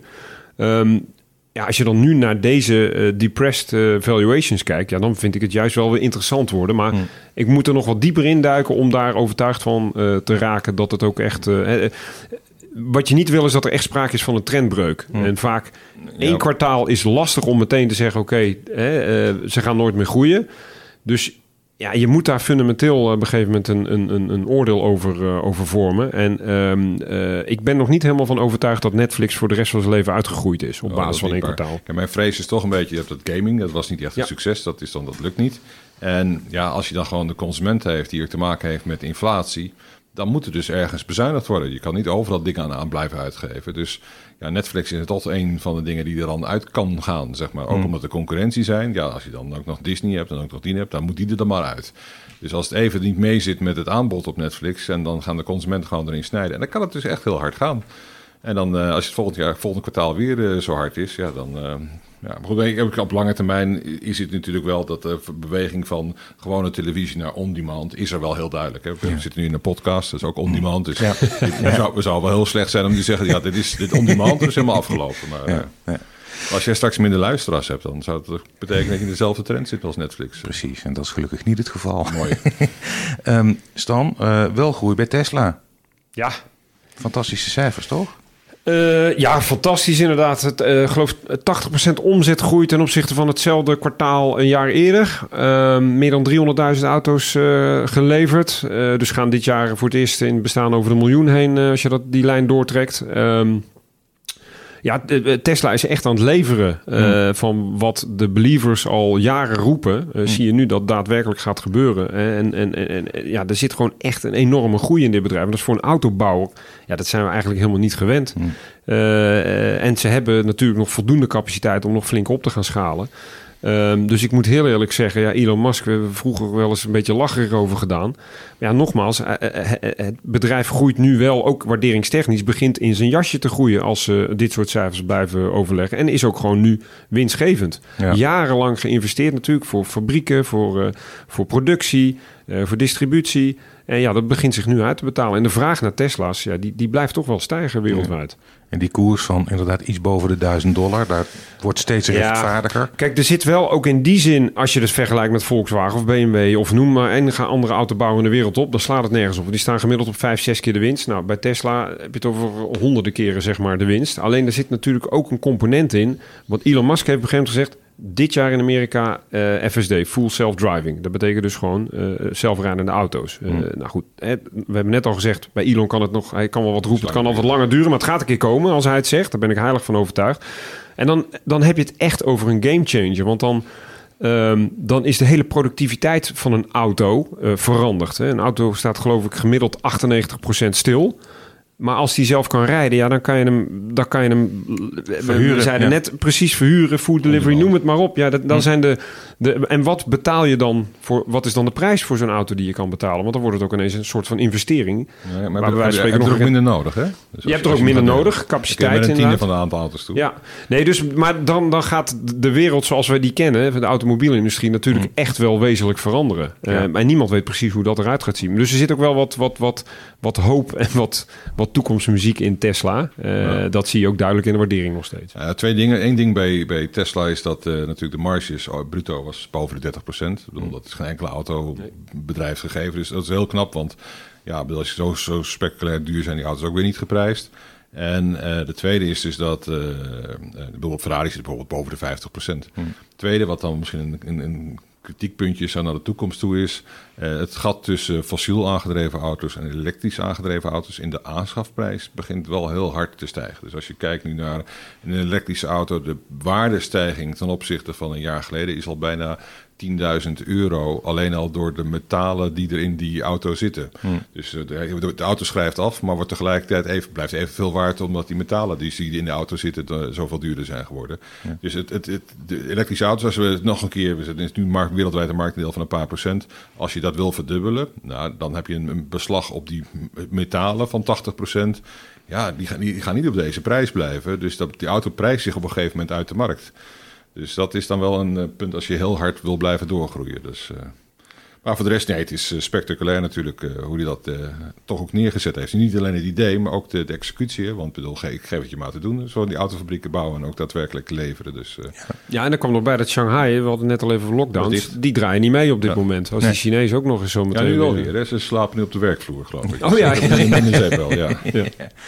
Um, Ja, als je dan nu naar deze uh, depressed uh, valuations kijkt... Ja, dan vind ik het juist wel weer interessant worden. Maar hmm. ik moet er nog wat dieper induiken om daar overtuigd van uh, te raken... dat het ook echt... Uh, uh, wat je niet wil is dat er echt sprake is van een trendbreuk. Hmm. En vaak één ja. kwartaal is lastig om meteen te zeggen... oké, okay, uh, ze gaan nooit meer groeien. Dus... Ja, je moet daar fundamenteel uh, op een gegeven moment een, een, een oordeel over, uh, over vormen. En um, uh, ik ben nog niet helemaal van overtuigd dat Netflix voor de rest van zijn leven uitgegroeid is. Op oh, basis van één kwartaal. Ja, mijn vrees is toch een beetje, je hebt dat gaming, dat was niet echt een ja. succes. Dat is dan, dat lukt niet. En ja, als je dan gewoon de consument heeft die er te maken heeft met inflatie... dan moet er dus ergens bezuinigd worden. Je kan niet overal dingen aan, aan blijven uitgeven. Dus ja, Netflix is toch een van de dingen die er dan uit kan gaan, zeg maar. Ook mm. omdat er concurrentie zijn. Ja, als je dan ook nog Disney hebt en ook nog die hebt, dan moet die er dan maar uit. Dus als het even niet mee zit met het aanbod op Netflix... en dan gaan de consumenten gewoon erin snijden. En dan kan het dus echt heel hard gaan. En dan uh, als het volgend jaar, volgende kwartaal weer uh, zo hard is... ja, dan... Uh, Ja, maar goed, op lange termijn is het natuurlijk wel dat de beweging van gewone televisie naar on-demand is er wel heel duidelijk. Hè? We ja. zitten nu in een podcast, dat is ook on-demand. Dus ja. het ja. zou, zou wel heel slecht zijn om te zeggen, ja, dit is dit on-demand, dat is helemaal afgelopen. Maar ja. Ja. als jij straks minder luisteraars hebt, dan zou het betekenen dat je in dezelfde trend zit als Netflix. Precies, en dat is gelukkig niet het geval. Mooi. um, Stan, uh, wel groei bij Tesla. Ja. Fantastische cijfers, toch? Uh, ja, fantastisch inderdaad. Het, uh, geloof tachtig procent omzetgroei ten opzichte van hetzelfde kwartaal een jaar eerder. Uh, meer dan driehonderdduizend auto's uh, geleverd. Uh, dus gaan dit jaar voor het eerst in het bestaan over de miljoen heen... Uh, als je dat, die lijn doortrekt. Um, ja, Tesla is echt aan het leveren uh, hmm. van wat de believers al jaren roepen. Uh, hmm. Zie je nu dat daadwerkelijk gaat gebeuren. En, en, en, en ja, er zit gewoon echt een enorme groei in dit bedrijf. En dat is voor een autobouwer, ja, dat zijn we eigenlijk helemaal niet gewend. Hmm. Uh, en ze hebben natuurlijk nog voldoende capaciteit om nog flink op te gaan schalen. Um, dus ik moet heel eerlijk zeggen, ja, Elon Musk, we hebben vroeger wel eens een beetje lacherig over gedaan. Maar ja, nogmaals, uh, uh, uh, het bedrijf groeit nu wel, ook waarderingstechnisch, begint in zijn jasje te groeien als ze uh, dit soort cijfers blijven overleggen. En is ook gewoon nu winstgevend. Ja. Jarenlang geïnvesteerd natuurlijk voor fabrieken, voor, uh, voor productie, uh, voor distributie. En ja, dat begint zich nu uit te betalen. En de vraag naar Tesla's, ja, die, die blijft toch wel stijgen wereldwijd. Ja. En die koers van inderdaad iets boven de duizend dollar, daar wordt steeds rechtvaardiger. Ja, kijk, er zit wel ook in die zin, als je dus vergelijkt met Volkswagen of B M W of noem maar enige andere autobouwer in de wereld op, dan slaat het nergens op. Die staan gemiddeld op vijf, zes keer de winst. Nou, bij Tesla heb je het over honderden keren, zeg maar, de winst. Alleen er zit natuurlijk ook een component in. Want Elon Musk heeft op een gegeven moment gezegd, dit jaar in Amerika uh, F S D, full self-driving. Dat betekent dus gewoon uh, zelfrijdende auto's. Uh, hmm. Nou goed, hè, we hebben net al gezegd, bij Elon kan het nog, hij kan wel wat roepen, het kan al wat langer duren, maar het gaat een keer komen als hij het zegt. Daar ben ik heilig van overtuigd. En dan, dan heb je het echt over een gamechanger, want dan, um, dan is de hele productiviteit van een auto uh, veranderd. Hè. Een auto staat geloof ik gemiddeld achtennegentig procent stil. Maar als die zelf kan rijden, ja, dan kan je hem, dan kan je hem verhuren. We zeiden ja. net precies verhuren, food delivery, noem het maar op. Ja, dat, dan hm. zijn de, de en wat betaal je dan voor? Wat is dan de prijs voor zo'n auto die je kan betalen? Want dan wordt het ook ineens een soort van investering. Ja, maar waar wij spreken je hebt nog er ook minder nodig, hè? Dus je hebt er ook minder nodig, capaciteit in. Een tiende van de aantal auto's toe. Ja, nee, dus maar dan, dan gaat de wereld zoals wij die kennen, de automobielindustrie, natuurlijk hm. echt wel wezenlijk veranderen. Ja. Uh, en niemand weet precies hoe dat eruit gaat zien. Dus er zit ook wel wat, wat, wat, wat hoop en wat, wat toekomstmuziek in Tesla. Uh, ja. Dat zie je ook duidelijk in de waardering nog steeds. Ja, twee dingen. Eén ding bij, bij Tesla is dat uh, natuurlijk de marges oh, bruto was boven de dertig procent. Ik bedoel, dat is geen enkele autobedrijf gegeven. Dus dat is heel knap, want ja, bedoel, als je zo, zo spectaculair duur zijn die auto's ook weer niet geprijsd. En uh, de tweede is dus dat uh, uh, bijvoorbeeld Ferrari zit bijvoorbeeld boven de vijftig procent. Hmm. Het tweede, wat dan misschien een, een, een kritiekpuntje zo naar de toekomst toe is, uh, het gat tussen fossiel aangedreven auto's en elektrisch aangedreven auto's in de aanschafprijs begint wel heel hard te stijgen. Dus als je kijkt nu naar een elektrische auto, de waardestijging ten opzichte van een jaar geleden is al bijna tienduizend euro alleen al door de metalen die er in die auto zitten. Hmm. Dus uh, de, de auto schrijft af, maar wordt tegelijkertijd even, blijft evenveel waard omdat die metalen die, die in de auto zitten uh, zoveel duurder zijn geworden. Ja. Dus het, het, het, de elektrische auto's, als we het nog een keer, we zitten nu markt, wereldwijd een marktdeel van een paar procent. Als je dat wil verdubbelen, nou, dan heb je een, een beslag op die metalen van tachtig procent. Ja, die gaan, die gaan niet op deze prijs blijven. Dus dat, die auto prijst zich op een gegeven moment uit de markt. Dus dat is dan wel een uh, punt als je heel hard wil blijven doorgroeien. Dus, uh, maar voor de rest, nee, het is uh, spectaculair natuurlijk uh, hoe hij dat uh, toch ook neergezet heeft. Niet alleen het idee, maar ook de, de executie. Hè? Want bedoel, ik geef het je maar te doen. Zo die autofabrieken bouwen en ook daadwerkelijk leveren. Dus, uh, ja. ja, en dan kwam nog bij dat Shanghai, we hadden net al even lockdowns. Die draaien niet mee op dit ja. moment. Als nee. die Chinezen ook nog eens zo meteen... Ja, nu wel weer. Hè? Ze slapen nu op de werkvloer, geloof ik. Oh ja. ja. In, in de zeep wel, ja. ja.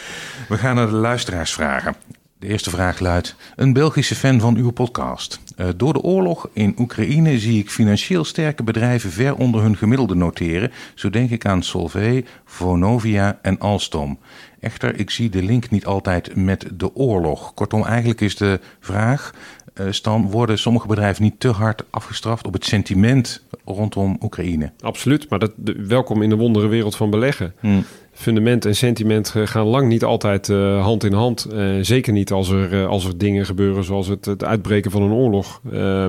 We gaan naar de luisteraarsvragen. De eerste vraag luidt: een Belgische fan van uw podcast. Uh, door de oorlog in Oekraïne zie ik financieel sterke bedrijven ver onder hun gemiddelde noteren. Zo denk ik aan Solvay, Vonovia en Alstom. Echter, ik zie de link niet altijd met de oorlog. Kortom, eigenlijk is de vraag, uh, Stan, worden sommige bedrijven niet te hard afgestraft op het sentiment rondom Oekraïne? Absoluut, maar dat, de, welkom in de wondere wereld van beleggen. Hmm. Fundament en sentiment gaan lang niet altijd uh, hand in hand. Uh, zeker niet als er, uh, als er dingen gebeuren zoals het, het uitbreken van een oorlog. Uh,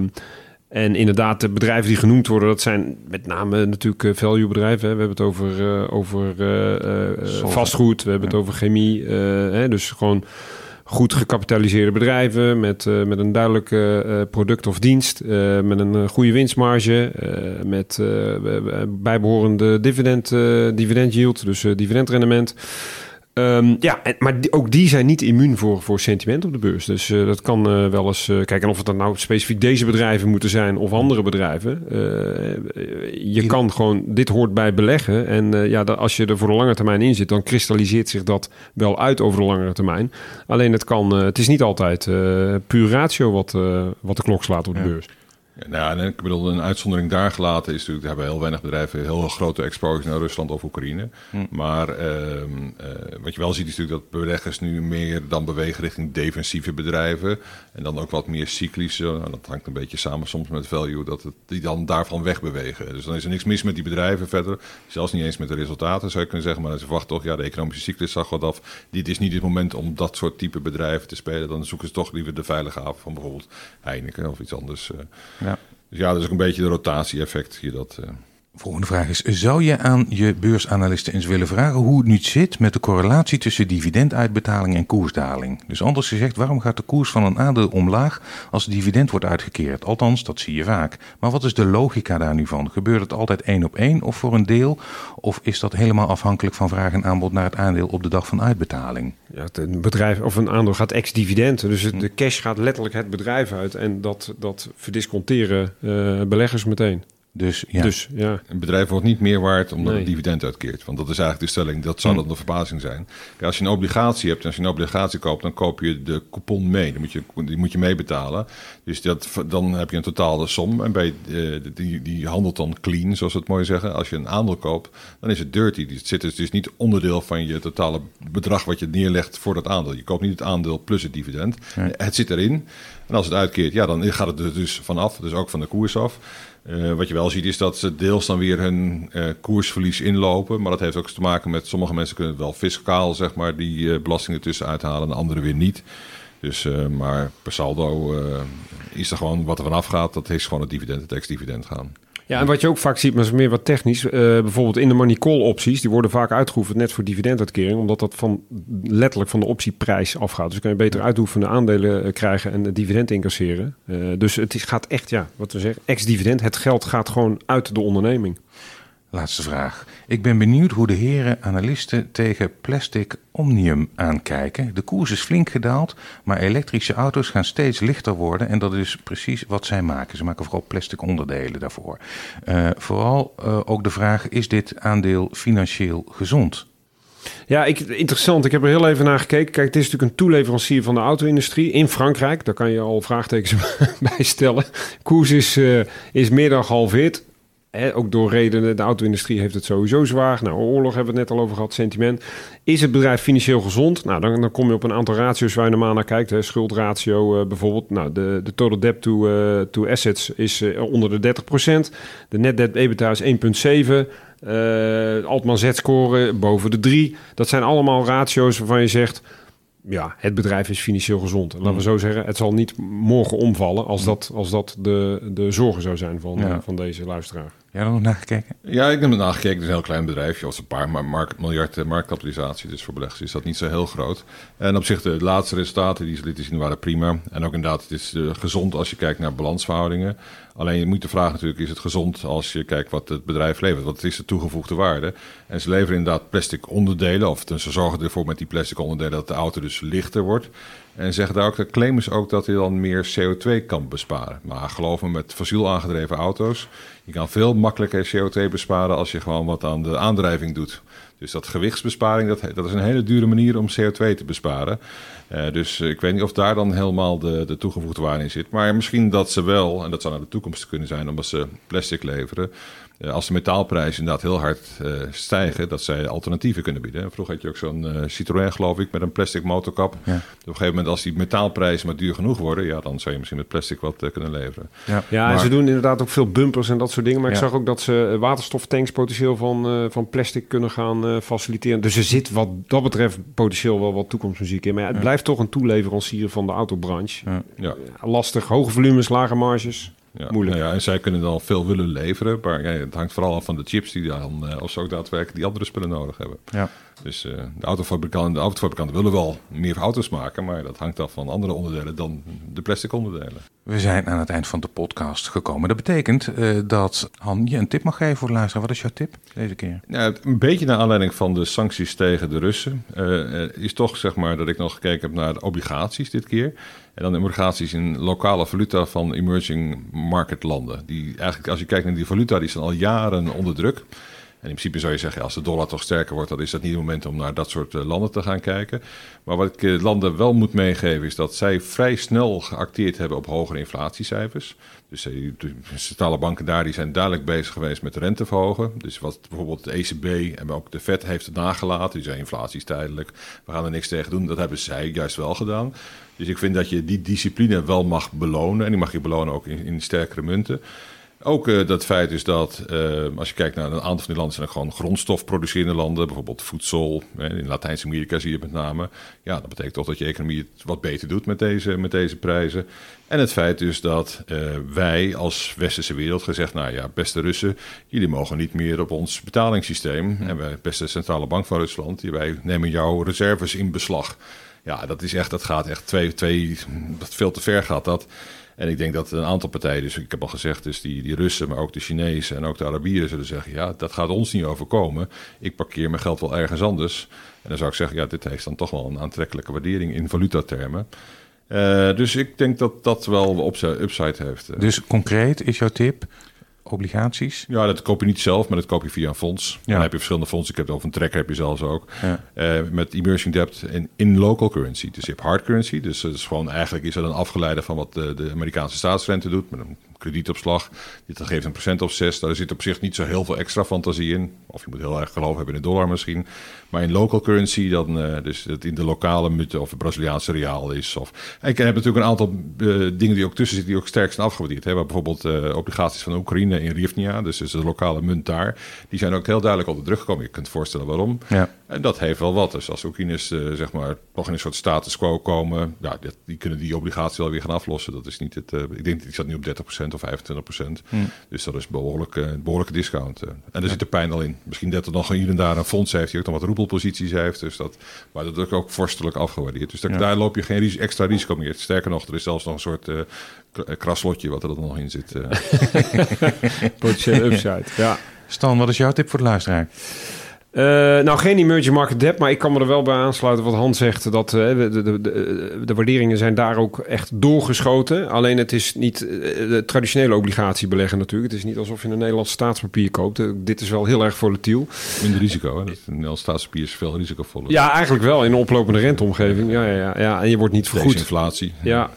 en inderdaad, de bedrijven die genoemd worden, dat zijn met name natuurlijk uh, value bedrijven. Hè. We hebben het over, uh, over uh, uh, vastgoed, we hebben ja. het over chemie. Uh, hè, dus gewoon goed gecapitaliseerde bedrijven met, uh, met een duidelijk uh, product of dienst, uh, met een uh, goede winstmarge, uh, met uh, bijbehorende dividend, uh, dividend yield, dus uh, dividendrendement. Um, ja, en, maar die, ook die zijn niet immuun voor, voor sentiment op de beurs. Dus uh, dat kan uh, wel eens... Uh, kijk, en of het dan nou specifiek deze bedrijven moeten zijn of andere bedrijven. Uh, je kan gewoon... Dit hoort bij beleggen. En uh, ja, dat, als je er voor de lange termijn in zit, dan kristalliseert zich dat wel uit over de langere termijn. Alleen het kan... Uh, het is niet altijd uh, puur ratio wat, uh, wat de klok slaat op de ja. beurs. Ja, nou, en ik bedoel, een uitzondering daar gelaten is natuurlijk, hebben heel weinig bedrijven heel grote exposure naar Rusland of Oekraïne. Hm. Maar uh, uh, wat je wel ziet is natuurlijk dat beleggers nu meer dan bewegen richting defensieve bedrijven. En dan ook wat meer cyclische. Nou, dat hangt een beetje samen soms met value, dat het, die dan daarvan wegbewegen. Dus dan is er niks mis met die bedrijven verder. Zelfs niet eens met de resultaten zou je kunnen zeggen. Maar ze verwachten toch, ja, de economische cyclus zag wat af. Dit is niet het moment om dat soort type bedrijven te spelen. Dan zoeken ze toch liever de veilige haven van bijvoorbeeld Heineken of iets anders. Uh, ja. Dus ja, dat is ook een beetje de rotatie-effect hier. Dat, uh... Volgende vraag is, zou je aan je beursanalisten eens willen vragen hoe het nu zit met de correlatie tussen dividenduitbetaling en koersdaling? Dus anders gezegd, waarom gaat de koers van een aandeel omlaag als het dividend wordt uitgekeerd? Althans, dat zie je vaak. Maar wat is de logica daar nu van? Gebeurt het altijd één op één of voor een deel? Of is dat helemaal afhankelijk van vraag en aanbod naar het aandeel op de dag van uitbetaling? Ja, een bedrijf of een aandeel gaat ex-dividend. Dus het, de cash gaat letterlijk het bedrijf uit en dat, dat verdisconteren uh, beleggers meteen. Dus ja. dus ja, een bedrijf wordt niet meer waard omdat nee. het dividend uitkeert. Want dat is eigenlijk de stelling, dat zou dan de verbazing zijn. Kijk, als je een obligatie hebt en als je een obligatie koopt, dan koop je de coupon mee. Dan moet je, die moet je meebetalen. Dus dat, dan heb je een totale som. En bij, uh, die, die handelt dan clean, zoals we het mooi zeggen. Als je een aandeel koopt, dan is het dirty. Het zit dus, dus niet onderdeel van je totale bedrag wat je neerlegt voor dat aandeel. Je koopt niet het aandeel plus het dividend. Nee. Het zit erin. En als het uitkeert, ja, dan gaat het er dus vanaf. Dus ook van de koers af. Uh, wat je wel ziet is dat ze deels dan weer hun uh, koersverlies inlopen. Maar dat heeft ook te maken met sommige mensen kunnen wel fiscaal zeg maar, die uh, belastingen tussen uithalen en anderen weer niet. Dus, uh, maar per saldo uh, is er gewoon wat er vanaf gaat. Dat is gewoon het dividend, het ex-dividend gaan. Ja, en wat je ook vaak ziet, maar is meer wat technisch. Uh, bijvoorbeeld in de money call opties, die worden vaak uitgeoefend net voor dividenduitkering, omdat dat van letterlijk van de optieprijs afgaat. Dus kan je beter uitoefende aandelen uh, krijgen en het dividend incasseren. Uh, dus het is, gaat echt, ja, wat we zeggen, ex-dividend. Het geld gaat gewoon uit de onderneming. Laatste vraag. Ik ben benieuwd hoe de heren analisten tegen plastic omnium aankijken. De koers is flink gedaald, maar elektrische auto's gaan steeds lichter worden. En dat is precies wat zij maken. Ze maken vooral plastic onderdelen daarvoor. Uh, vooral uh, ook de vraag, is dit aandeel financieel gezond? Ja, ik, interessant. Ik heb er heel even naar gekeken. Kijk, het is natuurlijk een toeleverancier van de auto-industrie in Frankrijk. Daar kan je al vraagtekens bij stellen. Koers is, uh, is meer dan gehalveerd. He, ook door redenen, de auto-industrie heeft het sowieso zwaar. Nou, oorlog hebben we het net al over gehad, sentiment. Is het bedrijf financieel gezond? Nou, dan, dan kom je op een aantal ratio's waar je normaal naar kijkt. Hè. Schuldratio uh, bijvoorbeeld. Nou, de, de total debt to, uh, to assets is uh, onder de dertig procent. De net debt EBITDA is één komma zeven. Uh, Altman Z-score boven de drie. Dat zijn allemaal ratio's waarvan je zegt, ja, het bedrijf is financieel gezond. Laten we zo zeggen, het zal niet morgen omvallen als dat, als dat de, de zorgen zou zijn van, ja. van deze luisteraar. Jij hebt er nog naar gekeken? Ja, ik heb er naar gekeken. Het is een heel klein bedrijfje. Het is een paar markt, miljard marktkapitalisatie. Dus voor beleggers is dat niet zo heel groot. En op zich de laatste resultaten die ze lieten zien waren prima. En ook inderdaad, het is uh, gezond als je kijkt naar balansverhoudingen. Alleen je moet de vraag natuurlijk, is het gezond als je kijkt wat het bedrijf levert? Wat is de toegevoegde waarde? En ze leveren inderdaad plastic onderdelen. Of ze zorgen ervoor met die plastic onderdelen dat de auto dus lichter wordt. En zeggen daar ook, de claim is ook dat hij dan meer C O twee kan besparen. Maar geloof me, met fossiel aangedreven auto's, je kan veel makkelijker C O twee besparen als je gewoon wat aan de aandrijving doet. Dus dat gewichtsbesparing, dat, dat is een hele dure manier om C O twee te besparen. Uh, dus ik weet niet of daar dan helemaal de, de toegevoegde waarde in zit. Maar misschien dat ze wel, en dat zou naar de toekomst kunnen zijn, omdat ze plastic leveren. Uh, als de metaalprijzen inderdaad heel hard uh, stijgen, dat zij alternatieven kunnen bieden. Vroeger had je ook zo'n uh, Citroën, geloof ik, met een plastic motorkap. Ja. Op een gegeven moment, als die metaalprijzen maar duur genoeg worden, ja, dan zou je misschien met plastic wat uh, kunnen leveren. Ja, ja maar, en ze doen inderdaad ook veel bumpers en dat soort dingen. Maar ja. ik zag ook dat ze waterstoftanks potentieel van, uh, van plastic kunnen gaan uh, faciliteren. Dus er zit wat dat betreft potentieel wel wat toekomstmuziek in. Maar ja, het ja. blijft toch een toeleverancier van de autobranche. Ja. Ja. Lastig, hoge volumes, lage marges. Ja, moeilijk. Nou ja, en zij kunnen dan veel willen leveren, maar ja, het hangt vooral af van de chips die dan, uh, of ze ook daadwerkelijk die andere spullen nodig hebben. Ja. Dus uh, de, autofabrikanten, de autofabrikanten willen wel meer auto's maken, maar dat hangt af van andere onderdelen dan de plastic onderdelen. We zijn aan het eind van de podcast gekomen. Dat betekent uh, dat Han je een tip mag geven voor de luisteraar. Wat is jouw tip deze keer? Ja, een beetje naar aanleiding van de sancties tegen de Russen uh, is toch zeg maar dat ik nog gekeken heb naar de obligaties dit keer. En dan de obligaties in lokale valuta van emerging market landen. Die eigenlijk, als je kijkt naar die valuta, die zijn al jaren onder druk. En in principe zou je zeggen, als de dollar toch sterker wordt, dan is dat niet het moment om naar dat soort landen te gaan kijken. Maar wat ik landen wel moet meegeven, is dat zij vrij snel geacteerd hebben op hogere inflatiecijfers. Dus de centrale banken daar die zijn duidelijk bezig geweest met de rente verhogen. Dus wat bijvoorbeeld de E C B en ook de Fed heeft het nagelaten. Die zei, inflatie is tijdelijk, we gaan er niks tegen doen. Dat hebben zij juist wel gedaan. Dus ik vind dat je die discipline wel mag belonen. En die mag je belonen ook in, in sterkere munten. Ook uh, dat feit is dat, uh, als je kijkt naar een aantal van die landen, zijn er gewoon grondstofproducerende landen. Bijvoorbeeld voedsel, hè, in Latijns-Amerika zie je het met name. Ja, dat betekent toch dat je economie het wat beter doet met deze, met deze prijzen. En het feit dus dat uh, wij als westerse wereld gezegd, nou ja, beste Russen, jullie mogen niet meer op ons betalingssysteem. En wij, beste centrale bank van Rusland, wij nemen jouw reserves in beslag. Ja, dat is echt, dat gaat echt twee, twee, dat veel te ver gaat dat. En ik denk dat een aantal partijen, dus ik heb al gezegd, dus die, die Russen, maar ook de Chinezen en ook de Arabieren zullen zeggen, ja, dat gaat ons niet overkomen. Ik parkeer mijn geld wel ergens anders. En dan zou ik zeggen, ja, dit heeft dan toch wel een aantrekkelijke waardering in valutatermen. Uh, dus ik denk dat dat wel upside heeft. Dus concreet is jouw tip? Obligaties? Ja, dat koop je niet zelf, maar dat koop je via een fonds. Ja. Dan heb je verschillende fondsen. Ik heb het over een tracker, heb je zelfs ook. Ja. Uh, met emerging debt in, in local currency. Dus je hebt hard currency. Dus, dus gewoon eigenlijk is dat een afgeleide van wat de, de Amerikaanse staatsrente doet. Met een kredietopslag. Dit geeft een procent of zes. Daar zit op zich niet zo heel veel extra fantasie in. Of je moet heel erg geloof hebben in de dollar misschien. Maar in local currency, dan, uh, dus dat in de lokale munt of de Braziliaanse real is. Of, en ik heb natuurlijk een aantal uh, dingen die ook tussen zitten die ook sterk zijn afgewaardeerd. Hè. Bijvoorbeeld uh, obligaties van de Oekraïne in Rivnia, dus, dus de lokale munt daar. Die zijn ook heel duidelijk onder druk gekomen. Je kunt voorstellen waarom. Ja. En dat heeft wel wat. Dus als de Oekraïners uh, zeg maar nog in een soort status quo komen, ja, die, die kunnen die obligatie wel weer gaan aflossen. Dat is niet het. Uh, ik denk die staat nu op dertig procent of vijfentwintig procent. Hmm. Dus dat is behoorlijk, uh, een behoorlijke discount. Uh. En daar ja. zit de pijn al in. Misschien dat er nog hier en daar een fonds heeft die ook nog wat roepelposities heeft. Dus dat, maar dat is ook vorstelijk afgewaardeerd. Dus dat, ja. daar loop je geen ris- extra risico meer. Sterker nog, er is zelfs nog een soort uh, kraslotje wat er dan nog in zit. Uh. Potentiële upside, ja. Stan, wat is jouw tip voor de luisteraar? Uh, nou, geen emerging market debt, maar ik kan me er wel bij aansluiten wat Hans zegt. Dat uh, de, de, de, de waarderingen zijn daar ook echt doorgeschoten. Alleen het is niet uh, de traditionele obligatiebeleggen natuurlijk. Het is niet alsof je een Nederlands staatspapier koopt. Uh, dit is wel heel erg volatiel. Minder risico, hè? Dat een Nederlands staatspapier is veel risicovoller. Ja, eigenlijk wel in een oplopende renteomgeving. Ja, ja, ja, ja. En je wordt niet vergoed. Deze inflatie. Ja.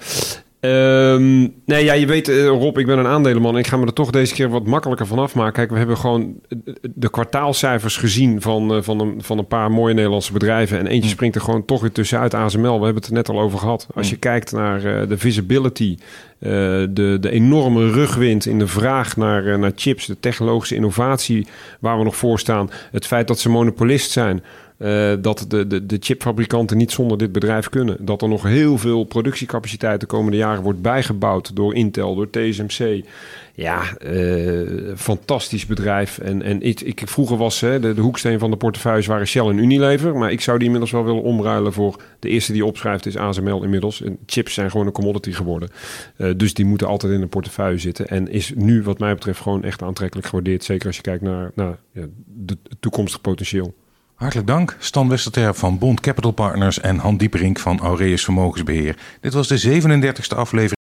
Um, nee, ja, je weet, uh, Rob, ik ben een aandelenman en ik ga me er toch deze keer wat makkelijker van afmaken. Kijk, we hebben gewoon de kwartaalcijfers gezien van, uh, van, een, van een paar mooie Nederlandse bedrijven. En eentje mm. springt er gewoon toch weer tussenuit, A S M L. We hebben het er net al over gehad. Als je mm. kijkt naar uh, de visibility, uh, de, de enorme rugwind in de vraag naar, uh, naar chips, de technologische innovatie waar we nog voor staan. Het feit dat ze monopolist zijn. Uh, dat de, de, de chipfabrikanten niet zonder dit bedrijf kunnen. Dat er nog heel veel productiecapaciteit de komende jaren wordt bijgebouwd door Intel, door T S M C. Ja, uh, fantastisch bedrijf. En, en ik, ik, vroeger was hè, de, de hoeksteen van de portefeuille waren Shell en Unilever. Maar ik zou die inmiddels wel willen omruilen voor de eerste die opschrijft is A S M L inmiddels. En chips zijn gewoon een commodity geworden. Uh, dus die moeten altijd in de portefeuille zitten. En is nu wat mij betreft gewoon echt aantrekkelijk gewaardeerd. Zeker als je kijkt naar, naar ja, de, het toekomstig potentieel. Hartelijk dank, Stan Westerterp van Bond Capital Partners en Han Dieperink van Aureus Vermogensbeheer. Dit was de zevenendertigste aflevering